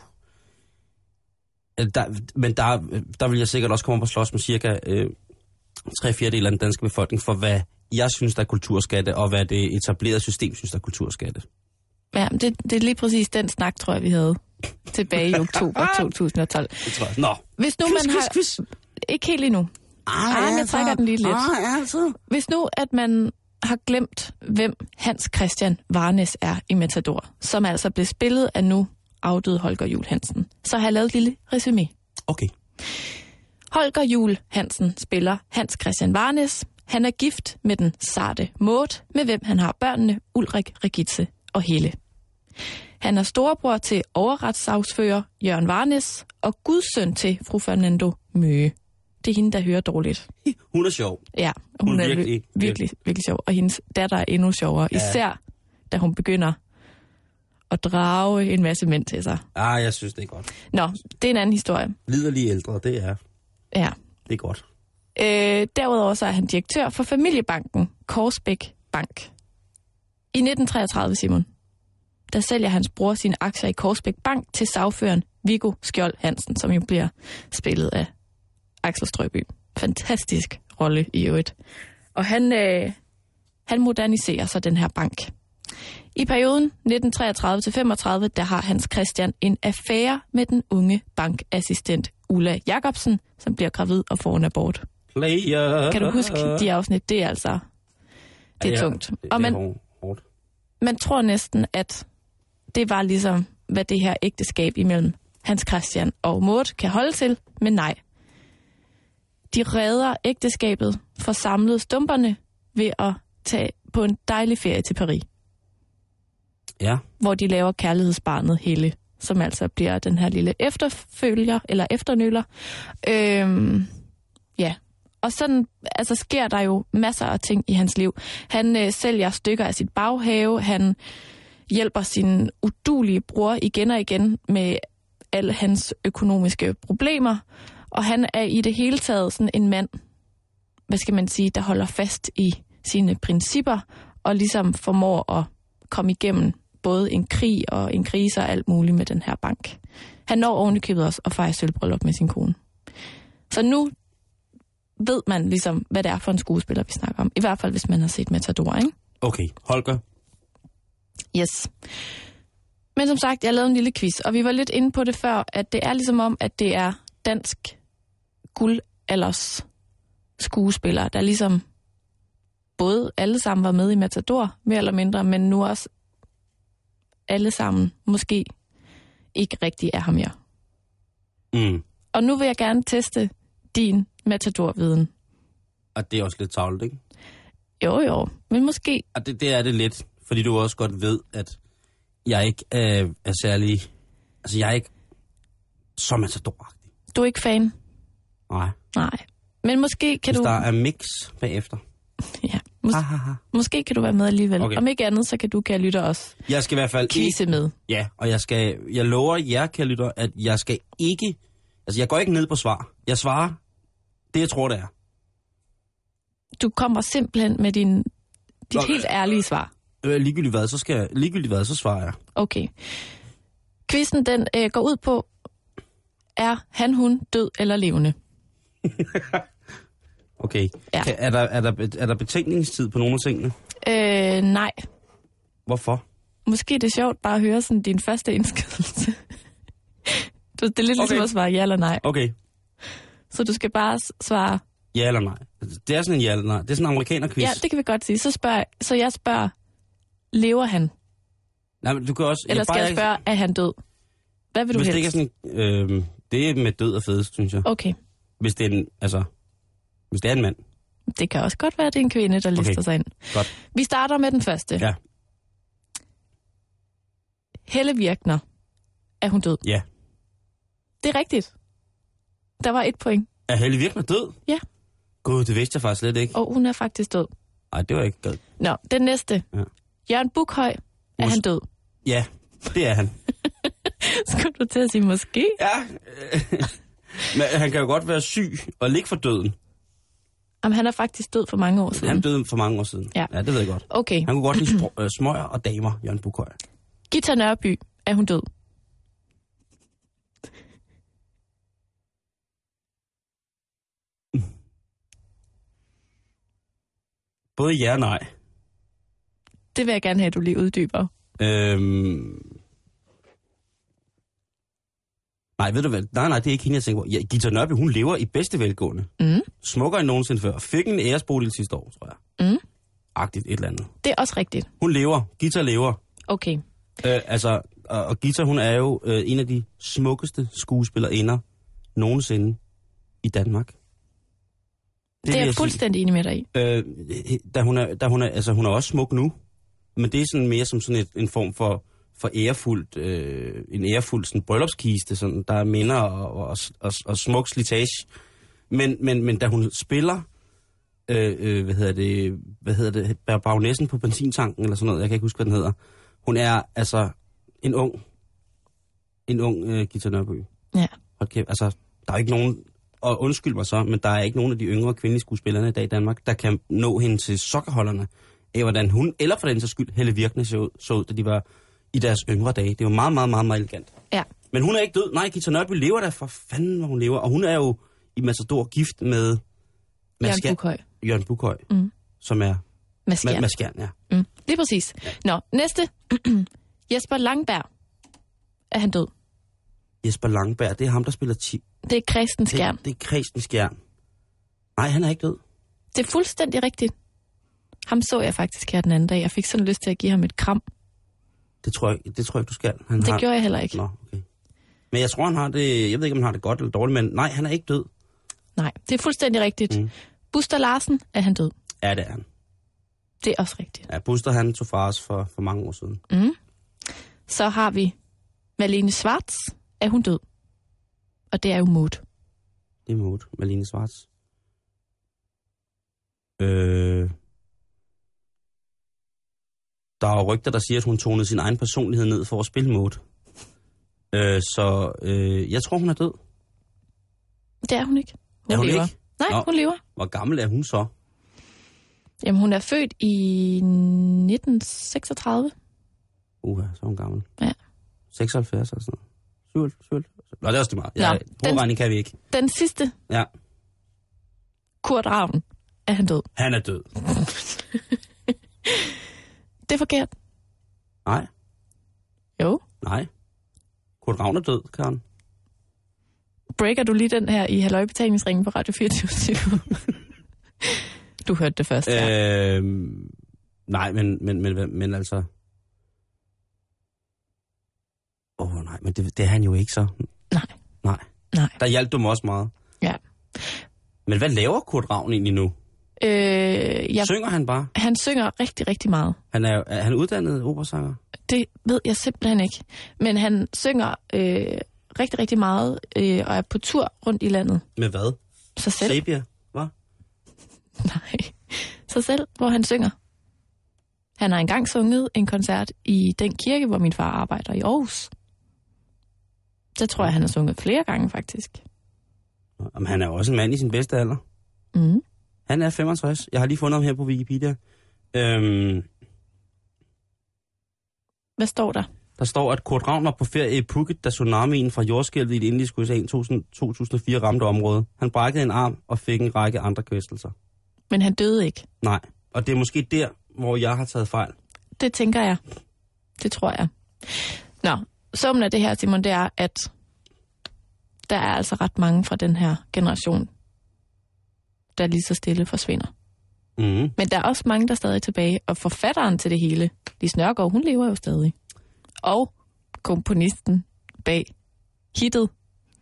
Der vil jeg sikkert også komme op og slås med cirka 3/4 af den danske befolkning for, hvad jeg synes, der er kulturskatte, og hvad det etablerede system synes, der er kulturskatte. Ja, det er lige præcis den snak, tror jeg, vi havde tilbage i oktober 2012. Det tror jeg. Nå. Hvis nu man har... Ikke helt endnu. Jeg trækker den lige lidt. Hvis nu, at man har glemt, hvem Hans Christian Varnes er i Matador, som altså blev spillet af nu afdøde Holger Juhl Hansen, så har jeg lavet et lille resumé. Okay. Holger Juhl Hansen spiller Hans Christian Varnes. Han er gift med den sarte Maud, med hvem han har børnene Ulrik, Regitze og Helle. Han er storebror til overretssagsfører Jørgen Varnes og gudsøn til fru Fernando Møge. Det er hende, der hører dårligt. Hun er sjov. Ja, hun er virkelig sjov. Og hendes datter er endnu sjovere. Ja. Især, da hun begynder at drage en masse mænd til sig. Jeg synes, det er godt. Nå, det er en anden historie. Liderlige ældre, det er. Ja. Det er godt. Derudover så er han direktør for familiebanken Korsbæk Bank. I 1933, Simon, der sælger hans bror sine aktier i Korsbæk Bank til sagføreren Viggo Skjold Hansen, som jo bliver spillet af Axel Strøby. Fantastisk rolle i øvrigt. Og han moderniserer så den her bank. I perioden 1933-35, der har Hans Christian en affære med den unge bankassistent Ulla Jacobsen, som bliver gravid og får en abort. Player. Kan du huske de afsnit? Det er altså... Det er tungt. Og man tror næsten, at det var ligesom, hvad det her ægteskab imellem Hans Christian og Maud kan holde til, men nej. De redder ægteskabet for samlet stumperne ved at tage på en dejlig ferie til Paris. Ja. Hvor de laver kærlighedsbarnet Helle, som altså bliver den her lille efterfølger, eller efternøler. Ja. Og sådan altså, sker der jo masser af ting i hans liv. Han sælger stykker af sit baghave, han hjælper sin udulige bror igen og igen med alle hans økonomiske problemer, og han er i det hele taget sådan en mand, hvad skal man sige, der holder fast i sine principper, og ligesom formår at komme igennem både en krig og en krise og alt muligt med den her bank. Han når ovenikøbet også at fejre sølvbryllup med sin kone. Så nu ved man ligesom, hvad det er for en skuespiller, vi snakker om. I hvert fald, hvis man har set Matador, ikke? Okay, Holger. Yes. Men som sagt, jeg lavede en lille quiz, og vi var lidt inde på det før, at det er ligesom om, at det er dansk guldalders skuespillere, der ligesom både alle sammen var med i Matador, mere eller mindre, men nu også alle sammen måske ikke rigtig er ham mere. Mm. Og nu vil jeg gerne teste din Matador-viden. Og det er også lidt tavlet, ikke? Jo, men måske... Og det er det lidt, fordi du også godt ved, at jeg ikke er særlig... Altså, jeg er ikke så Matador-agtig. Du er ikke fan? Nej. Men måske kan Hvis du... der er mix bagefter. Ja, måske kan du være med alligevel. Okay. Om ikke andet, så kan du, kære lytter, også Jeg skal i hvert fald quizze med. Ja, og jeg lover jer, kære lytter, at jeg skal ikke... Altså, jeg går ikke ned på svar. Jeg svarer det, jeg tror, det er. Du kommer simpelthen med dit helt ærlige svar. Ligegyldigt hvad, så svarer jeg. Okay. Quizzen, den går ud på, er han, hun død eller levende? Okay. Ja. Er der betænkningstid på nogle af tingene? Nej. Hvorfor? Måske det er sjovt bare at høre sådan din første indskydelse. Det er lidt ligesom at svare ja eller nej. Okay. Så du skal bare svare... Ja eller nej. Det er sådan en ja eller nej. Det er sådan en amerikaner-quiz. Ja, det kan vi godt sige. Så jeg spørger, lever han? Nej, men du kan også... Eller skal jeg spørge, er han død? Hvad vil du helst? Hvis det ikke er sådan... det er med død og fedest, synes jeg. Okay. Hvis det er en mand. Det kan også godt være, at det er en kvinde, der lister sig ind. Godt. Vi starter med den første. Ja. Helle Virkner. Er hun død? Ja. Det er rigtigt. Der var 1 point. Er Helle Virkner død? Ja. Gud, det vidste jeg faktisk slet ikke. Og hun er faktisk død. Nej, det var ikke godt. Nå, den næste. Ja. Jørgen Bukhøj. Er han død? Ja, det er han. Skulle du til at sige måske? Ja. Men han kan jo godt være syg og ligge for døden. Jamen, han er faktisk død for mange år siden. Han døde for mange år siden. Ja, det ved jeg godt. Okay. Han kunne godt lide smøger og damer, Jørgen Bukhøj. Gita Nørby. Er hun død? Både ja og nej. Det vil jeg gerne have, at du lige uddyber. Nej, ved du hvad? Nej, det er ikke hende, jeg tænker på. Ja, Gita Nørby, hun lever i bedste velgående. Mm. Smukkere end nogensinde før. Fik en æresbolig sidste år, tror jeg. Mm. Agtigt et eller andet. Det er også rigtigt. Hun lever. Gita lever. Okay. Og Gita, hun er jo en af de smukkeste skuespillerinder nogensinde i Danmark. Det er jeg fuldstændig enig med dig i. Hun er også smuk nu, men det er sådan mere som sådan en form for en ærefuld sådan bryllupskiste, sådan, der er minder og smuk slitage. Men da hun spiller, baronessen på benzintanken, eller sådan noget, jeg kan ikke huske, hvad den hedder. Hun er altså en ung Gita Nørby. Ja. Hold kæft, altså, der er ikke nogen, og undskyld mig så, men der er ikke nogen af de yngre kvindelige skuespillerne i dag i Danmark, der kan nå hende til sokkerholderne af, hvordan hun, eller for den sags skyld, Helle Virkner så ud, da de var i deres yngre dage. Det var meget, meget, meget, meget elegant. Ja. Men hun er ikke død. Nej, Gita Nørby lever der, for fanden, hvor hun lever. Og hun er jo i Matador gift med Jørgen Bukhøj, som er Maskern, ja. Mm. Lige præcis. Ja. Nå, næste. Jesper Langberg. Er han død? Jesper Langberg, det er ham, der spiller Det er Kristen Skjern. Det er Kristen Skjern. Nej, han er ikke død. Det er fuldstændig rigtigt. Ham så jeg faktisk her den anden dag. Jeg fik sådan lyst til at give ham et kram. Det tror jeg ikke, du skal. Gjorde jeg heller ikke. Nå, okay. Men jeg tror, han har det... Jeg ved ikke, om han har det godt eller dårligt, men nej, han er ikke død. Nej, det er fuldstændig rigtigt. Buster Larsen, er han død? Ja, det er han. Det er også rigtigt. Ja, Buster, han tog fra os for mange år siden. Så har vi Malene Schwartz. Er hun død? Og det er jo Maud. Det er Maud, Malene Schwartz. Der er jo rygter, der siger, at hun tonede sin egen personlighed ned for at spille Maud. Jeg tror, hun er død. Det er hun ikke. Hun lever. Ikke? Nej, hun lever. Hvor gammel er hun så? Jamen, hun er født i 1936. Så er hun gammel. Ja. 76 eller sådan noget. 77. Nå, det er også det meget. Hovedregning kan vi ikke. Den sidste. Ja. Kurt Ravn. Er han død? Han er død. Det er forkert. Nej. Jo. Nej. Kurt Ravn er død, Karen. Breaker du lige den her i Halløj Betalingsringen på Radio 24/7? Du hørte det først, ja. Nej, men altså... nej, men det er han jo ikke så. Nej. Der hjalp du mig også meget. Ja. Men hvad laver Kurt Ravn egentlig nu? Synger han bare? Han synger rigtig, rigtig meget. Er han uddannet operasanger? Det ved jeg simpelthen ikke. Men han synger rigtig, rigtig meget og er på tur rundt i landet. Med hvad? Sig selv. Sabia? Hvad? Nej. Sig selv, hvor han synger. Han har engang sunget en koncert i den kirke, hvor min far arbejder i Aarhus. Det tror jeg, han har sunget flere gange, faktisk. Jamen, han er jo også en mand i sin bedste alder. Mm. Han er 65. Jeg har lige fundet ham her på Wikipedia. Hvad står der? Der står, at Kurt Ravn var på ferie i Phuket, da tsunamien fra jordskælvet i det indiske USA i 2004 ramte området. Han brækkede en arm og fik en række andre kvæstelser. Men han døde ikke? Nej, og det er måske der, hvor jeg har taget fejl. Det tænker jeg. Det tror jeg. Nå, summen af det her, Simon, det er, at der er altså ret mange fra den her generation, der lige så stille forsvinder. Mm. Men der er også mange, der er stadig tilbage, og forfatteren til det hele, Lis Nørgaard, hun lever jo stadig. Og komponisten bag hittet,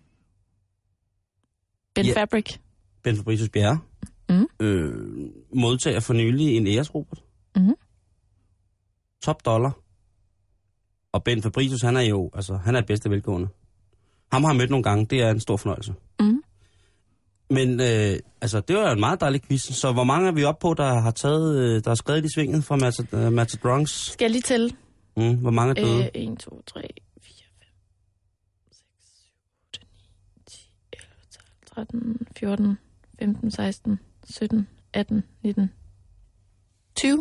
Ben Fabric. Ben Fabricius Bjerre. Modtager for nylig en æresrobot. Mm. Top dollar. Og Ben Fabricius, han er jo, altså, han er det bedste velgående. Ham har jeg mødt nogle gange, det er en stor fornøjelse. Mm. Men altså, det var en meget dejlig quiz. Så hvor mange er vi oppe på, der har skrevet i svinget fra Matadrunks? Skal jeg lige tælle? Hvor mange er døde? 1, 2, 3, 4, 5, 6, 7, 8, 9, 10, 11, 12, 13, 14, 15, 16, 17, 18, 19, 20.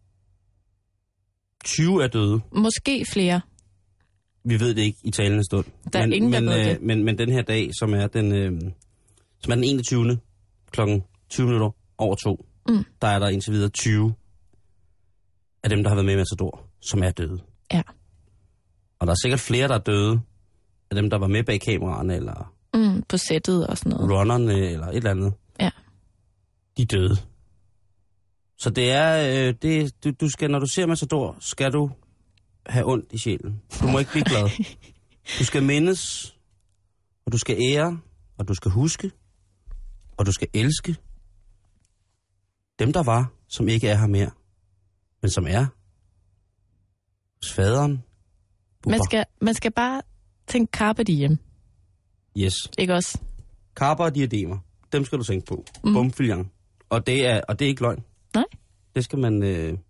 20 er døde. Måske flere. Vi ved det ikke i talende stund. Der er ingen, der ved det. Men den her dag, som er den 21. klokken 20 minutter over 2, der er der indtil videre 20 af dem, der har været med i Matador, som er døde. Ja. Og der er sikkert flere, der er døde af dem, der var med bag kameraerne, eller på sættet og sådan noget. Runnerne, eller et eller andet. Ja. De er døde. Så det er, du skal, når du ser Matador, skal du have ondt i sjælen. Du må ikke blive glad. Du skal mindes, og du skal ære, og du skal huske, og du skal elske dem, der var, som ikke er her mere, men som er hos faderen. Man skal bare tænke carpe diem. Yes. Ikke også? Carpe og diademer, dem skal du tænke på. Bumfilian. Og det er ikke løgn. Nej. Det skal man.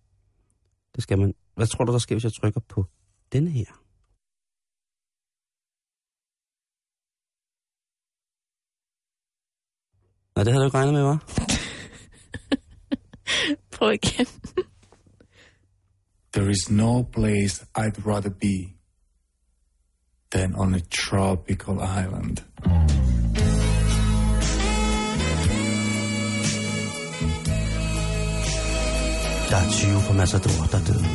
Hvad tror du, der sker, hvis jeg trykker på denne her? Nej, det havde du ikke regnet med, hva'? Prøv igen. There is no place I'd rather be than on a tropical island. Der er 20 på Matador, der døde.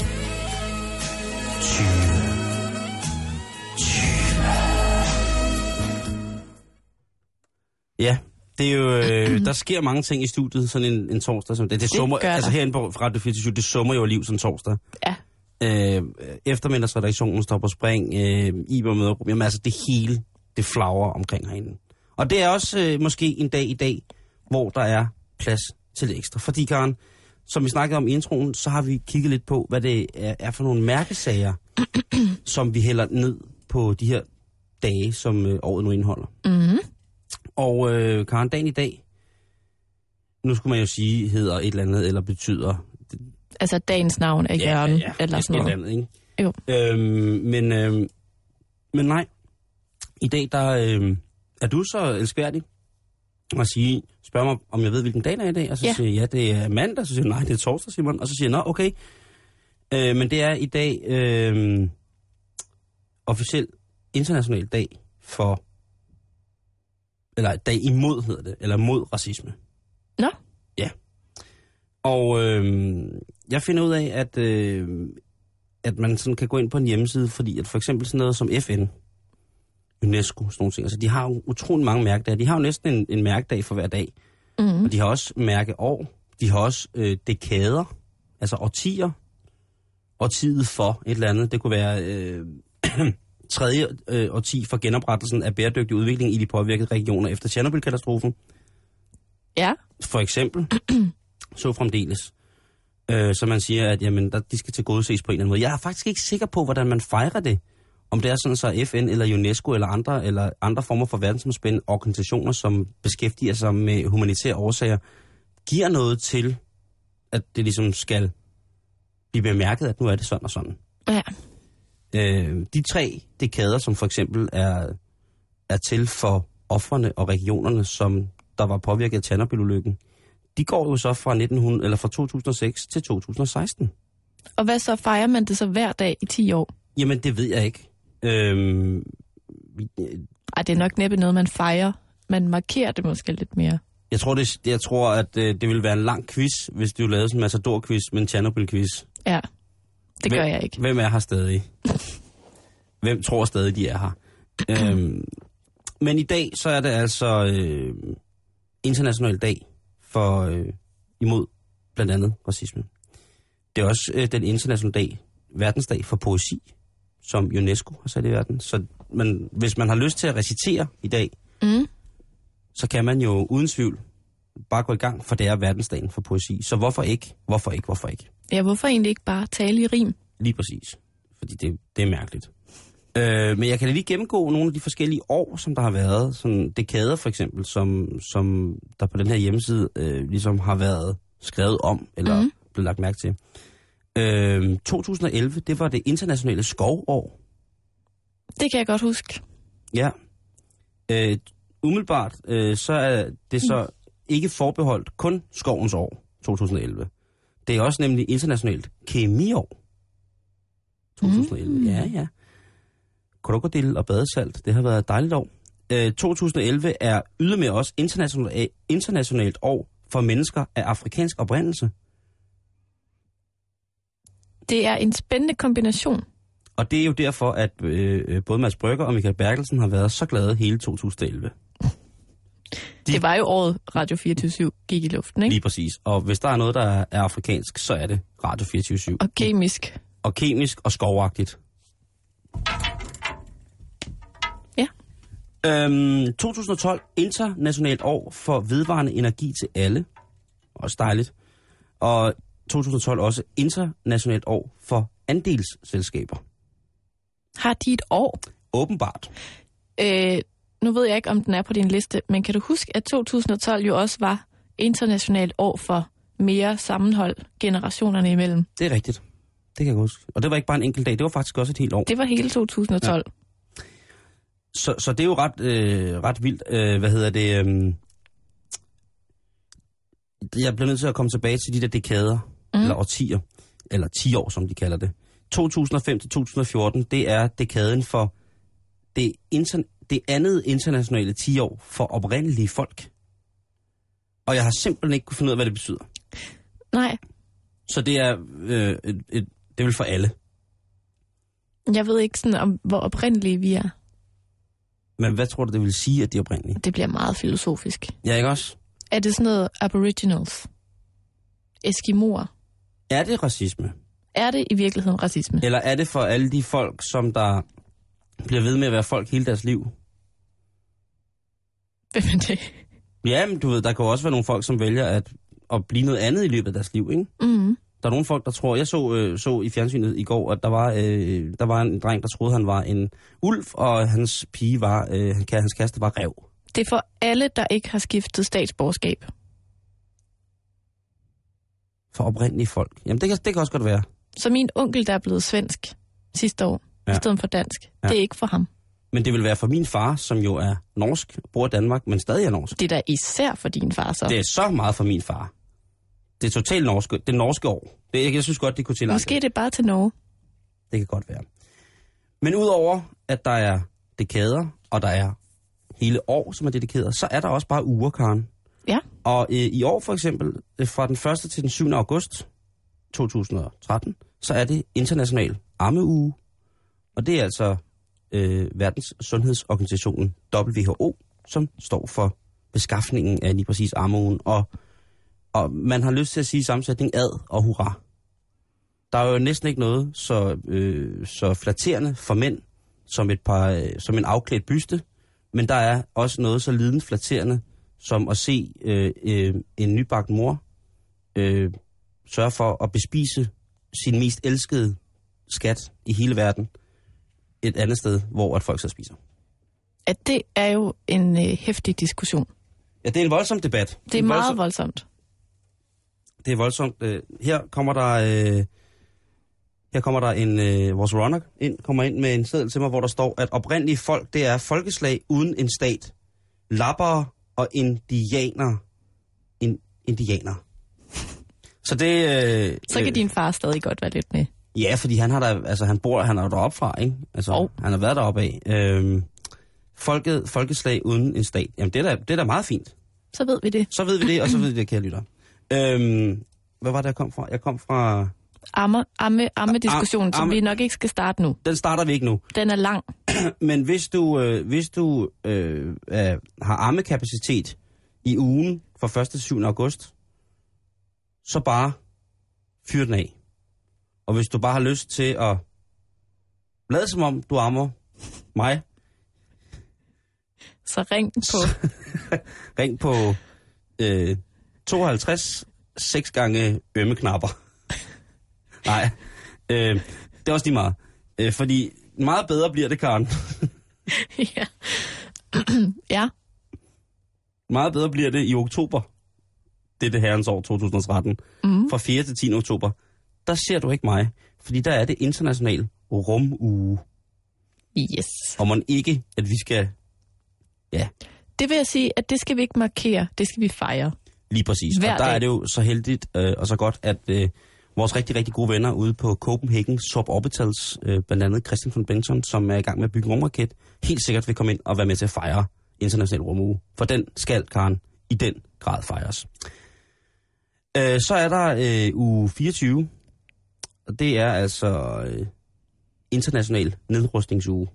20. Ja, det er jo, der sker mange ting i studiet sådan en torsdag som det. Det summer, altså herinde på Radio 24, det summer jo liv sådan torsdag. Ja. Eftermiddagsredaktionen står på spring, Iber møder, jamen altså det hele, det flagrer omkring herinde. Og det er også måske en dag i dag, hvor der er plads til det ekstra. Fordi, Karen, som vi snakkede om i introen, så har vi kigget lidt på, hvad det er for nogle mærkesager, som vi hælder ned på de her dage, som året nu indeholder. Mm-hmm. Og Karen, dagen i dag, nu skulle man jo sige, hedder et eller andet, eller betyder... Altså dagens navn er Jørgen, eller sådan noget. Andet, ikke? Jo. Men nej, i dag der er du så elskværdig at spørg mig, om jeg ved, hvilken dag der er i dag, og så siger jeg, ja, det er mandag, så siger jeg, nej, det er torsdag, Simon, og så siger jeg, nå, okay. Men det er i dag officiel international dag for, eller dag imod hedder det, eller mod racisme. Nå? Ja. Og jeg finder ud af, at man sådan kan gå ind på en hjemmeside, fordi at for eksempel sådan noget som FN, UNESCO, sådan nogle ting, altså de har jo utrolig mange mærkedage. De har jo næsten en mærkedag for hver dag. Mm-hmm. Og de har også mærkeår. De har også dekader, altså årtier. Årtiet for et eller andet. Det kunne være tredje årti for genoprettelsen af bæredygtig udvikling i de påvirkede regioner efter Tjernobyl-katastrofen. Ja. For eksempel. Så fremdeles. Så man siger, at jamen, de skal tilgodeses på en eller anden måde. Jeg er faktisk ikke sikker på, hvordan man fejrer det. Om det er sådan, så FN eller UNESCO eller andre former for verdensomspændende organisationer, som beskæftiger sig med humanitære årsager, giver noget til, at det ligesom skal blive bemærket, at nu er det sådan og sådan. Ja. De 3 dekader, som for eksempel er til for ofrene og regionerne, som der var påvirket af Tjernobyl-ulykken, de går jo så fra 2006 til 2016. Og hvad så? Fejrer man det så hver dag i 10 år? Jamen, det ved jeg ikke. Det er nok næppe noget, man fejrer. Man markerer det måske lidt mere. Jeg tror, at det ville være en lang quiz, hvis du lavede sådan en Matador-quiz med en Tjernobyl-quiz. Ja, det gør jeg ikke. Hvem er her stadig? Hvem tror stadig, de er her? Men i dag, så er det altså international dag for imod blandt andet racisme. Det er også den internationale dag, verdensdag for poesi, som UNESCO har sat i verden. Så hvis man har lyst til at recitere i dag, så kan man jo uden tvivl bare gå i gang, for det er verdensdagen for poesi. Så hvorfor ikke? Ja, hvorfor egentlig ikke bare tale i rim? Lige præcis. Fordi det er mærkeligt. Men jeg kan lige gennemgå nogle af de forskellige år, som der har været. Sådan dekader for eksempel, som der på den her hjemmeside ligesom har været skrevet om, eller blevet lagt mærke til. 2011, det var det internationale skovår. Det kan jeg godt huske. Ja. Umiddelbart, så er det så ikke forbeholdt kun skovens år, 2011. Det er også nemlig internationalt kemiår. 2011, ja. Krokodil og badesalt, det har været et dejligt år. 2011 er ydermere også internationalt år for mennesker af afrikansk oprindelse. Det er en spændende kombination. Og det er jo derfor, at både Mads Brygger og Michael Bertelsen har været så glade hele 2011. Det var jo året Radio 24/7 gik i luften, ikke? Lige præcis. Og hvis der er noget, der er afrikansk, så er det Radio 24/7. Og kemisk. Og kemisk og skovagtigt. Ja. 2012, internationalt år for vedvarende energi til alle. Også dejligt. Og 2012 også internationalt år for andelsselskaber. Har de et år? Åbenbart. Nu ved jeg ikke, om den er på din liste, men kan du huske, at 2012 jo også var internationalt år for mere sammenhold generationerne imellem? Det er rigtigt. Det kan jeg huske. Og det var ikke bare en enkelt dag, det var faktisk også et helt år. Det var hele 2012. Ja. Så det er jo ret vildt. Jeg bliver nødt til at komme tilbage til de der dekader, eller årtier, eller 10 år, som de kalder det. 2005 til 2014, det er dekaden for det andet internationale 10 år for oprindelige folk. Og jeg har simpelthen ikke kunne finde ud af, hvad det betyder. Nej. Så det er det er vel for alle. Jeg ved ikke sådan, om hvor oprindelige vi er. Men hvad tror du, det vil sige, at de er oprindelige? Det bliver meget filosofisk. Ja, ikke også? Er det sådan noget aboriginals? Eskimoer? Er det racisme? Er det i virkeligheden racisme? Eller er det for alle de folk, som der bliver ved med at være folk hele deres liv? Hvem er det? Ja, men du ved, der kan jo også være nogle folk, som vælger at blive noget andet i løbet af deres liv, ikke? Mm. Der er nogle folk, der tror... Jeg så i fjernsynet i går, at der var en dreng, der troede, han var en ulv, og hans pige var... hans kæreste var ræv. Det er for alle, der ikke har skiftet statsborgerskab. For oprindelige folk. Jamen, det kan også godt være. Så min onkel, der er blevet svensk sidste år, i stedet for dansk, det er ikke for ham. Men det vil være for min far, som jo er norsk, bor i Danmark, men stadig er norsk. Det er da især for din far, så. Det er så meget for min far. Det er totalt norske. Det norske år. Jeg synes godt, det kunne tillade. Måske det er bare til Norge. Det kan godt være. Men udover, at der er dekader, og der er hele år, som er dedikeret, så er der også bare uger, Karen. Ja. Og i år for eksempel, fra den 1. til den 7. august 2013, så er det international ammeuge. Og det er altså Verdens Sundhedsorganisationen WHO, som står for beskaffningen af lige præcis ammeugen. Og Og man har lyst til at sige sammensætning ad og hurra. Der er jo næsten ikke noget så flatterende for mænd som en afklædt byste, men der er også noget så lidende flatterende som at se en nybagt mor sørge for at bespise sin mest elskede skat i hele verden et andet sted, hvor at folk så spiser. At det er jo en heftig diskussion. Ja, det er en voldsom debat. Det er meget voldsomt. Det er voldsomt. Her kommer der en, vores runner kommer ind med en seddel til mig, hvor der står, at oprindelige folk, det er folkeslag uden en stat. Lappere og indianer. Indianer. Så det... Så kan din far stadig godt være lidt med. Ja, fordi han er jo deroppe fra, ikke? Altså, han har været deroppe af. Folkeslag uden en stat. Jamen, det er da meget fint. Så ved vi det. Og så ved vi det, kære lytter. Hvad var det, jeg kom fra? Jeg kom fra... Amme-diskussionen, som vi nok ikke skal starte nu. Den starter vi ikke nu. Den er lang. Men hvis du har ammekapacitet i ugen fra 1. til 7. august, så bare fyr den af. Og hvis du bare har lyst til at lade som om du ammer mig, så ring på 52 6 gange ømme knapper. Nej, det er også lige meget. Fordi meget bedre bliver det, Karen. Ja. Ja. Meget bedre bliver det i oktober. Det herrens år 2013. Fra 4. til 10. oktober. Der ser du ikke mig. Fordi der er det international rumuge. Yes. Og man ikke, at vi skal... Ja. Det vil jeg sige, at det skal vi ikke markere. Det skal vi fejre. Lige præcis. Hver og der dag. er det jo så heldigt og så godt, at vores rigtig, rigtig gode venner ude på Copenhagen Suborbitals, blandt andet Christian von Benson, som er i gang med at bygge en rumraket, helt sikkert vil komme ind og være med til at fejre international rumuge. For den skal, Karen, i den grad fejres. Så er der uge 24, og det er altså international nedrustningsuge.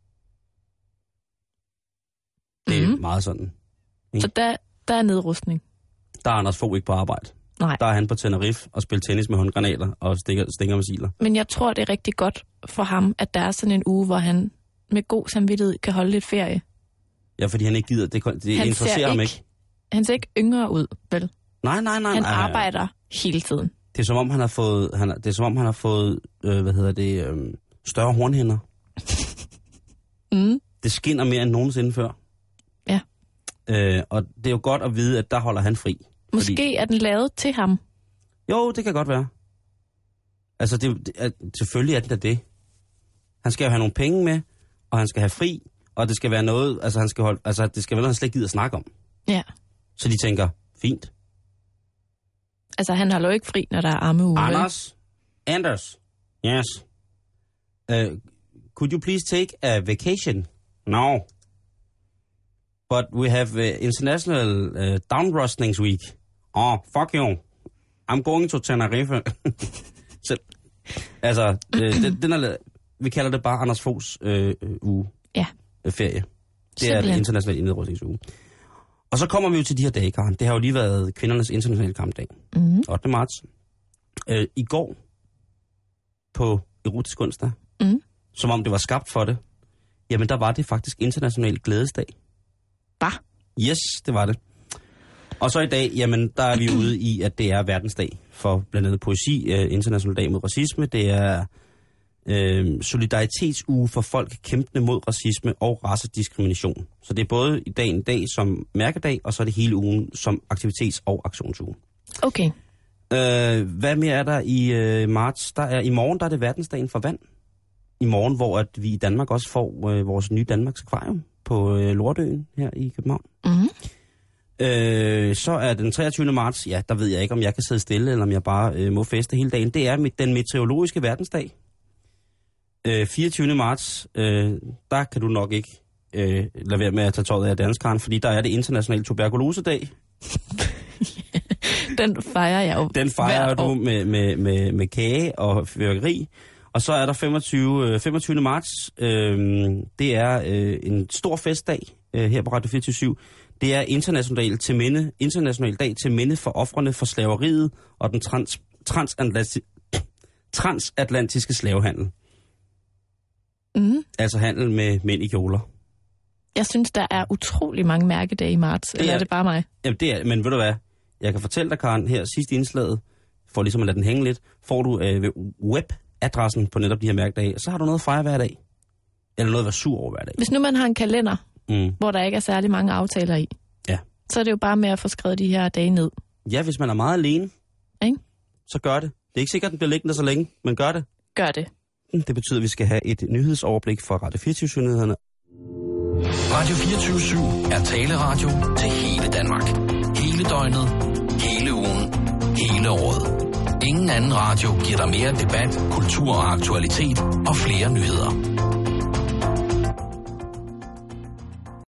Det er meget sådan. Ikke? Så der er nedrustning. Der er Anders Fogh ikke på arbejde. Nej. Der er han på Tenerife og spiller tennis med håndgranater og stinger missiler. Men jeg tror, det er rigtig godt for ham, at der er sådan en uge, hvor han med god samvittighed kan holde lidt ferie. Ja, fordi han ikke gider. Det interesserer ham ikke. Han ser ikke yngre ud, vel? Nej. Han arbejder hele tiden. Det er som om han har fået, større hornhænder. Det skinner mere end nogensinde før. Ja. Og det er jo godt at vide, at der holder han fri. Måske er den lavet til ham. Jo, det kan godt være. Altså, selvfølgelig er den da det. Han skal jo have nogle penge med, og han skal have fri, og det skal være noget, det skal være noget, han slet ikke gider at snakke om. Ja. Så de tænker, fint. Altså, han holder jo ikke fri, når der er ammeuge. Anders. Yes. Could you please take a vacation? No. But we have International Downrustnings Week. Oh, fuck you. I'm going to Tenerife. Så, altså, vi kalder det bare Anders Foghs uge. Ja. Ferie. Det er det internationale nedrustningsuge. Og så kommer vi jo til de her dage, Karen. Det har jo lige været kvindernes internationale kampdag. 8. marts. I går på Erotisk onsdag, som om det var skabt for det, jamen der var det faktisk international glædesdag. Hvad? Yes, det var det. Og så i dag, jamen der er vi ude i, at det er verdensdag for blandt andet poesi, international dag mod racisme. Det er solidaritetsuge for folk kæmpende mod racisme og racediskrimination. Så det er både i dag en dag som mærkedag, og så er det hele ugen som aktivitets- og aktionsuge. Okay. Hvad mere er der i marts? I morgen der er det verdensdagen for vand. I morgen, hvor at vi i Danmark også får vores nye Danmarks Akvarium på Lortøen her i København. Så er den 23. marts, ja, der ved jeg ikke, om jeg kan sidde stille, eller om jeg bare må feste hele dagen. Det er den meteorologiske verdensdag. 24. marts, der kan du nok ikke lade være med at tage tøjet af danskeren, fordi der er det internationale tuberkulosedag. Den fejrer jeg jo. Den fejrer du med kage og fyrværkeri. Og så er der 25. marts. Det er en stor festdag her på Radio 24/7, det er international dag til minde for ofrene for slaveriet og den transatlantiske slavehandel. Mm. Altså handel med mænd i kjoler. Jeg synes, der er utrolig mange mærkedage i marts, eller er det bare mig? Jamen det er, men ved du hvad, jeg kan fortælle dig, Karen, her sidst i indslaget, for ligesom at lade den hænge lidt, får du webadressen på netop de her mærkedage, så har du noget at fejre hver dag. Eller noget at være sur over hver dag. Hvis nu man har en kalender, hvor der ikke er særlig mange aftaler i, så er det jo bare med at få skrevet de her dage ned. Ja, hvis man er meget alene, så gør det. Det er ikke sikkert, at den bliver liggende så længe, men gør det. Gør det. Det betyder, at vi skal have et nyhedsoverblik fra Radio 24-nyhederne. Radio 24/7 er taleradio til hele Danmark. Hele døgnet, hele ugen, hele året. Ingen anden radio giver dig mere debat, kultur og aktualitet og flere nyheder.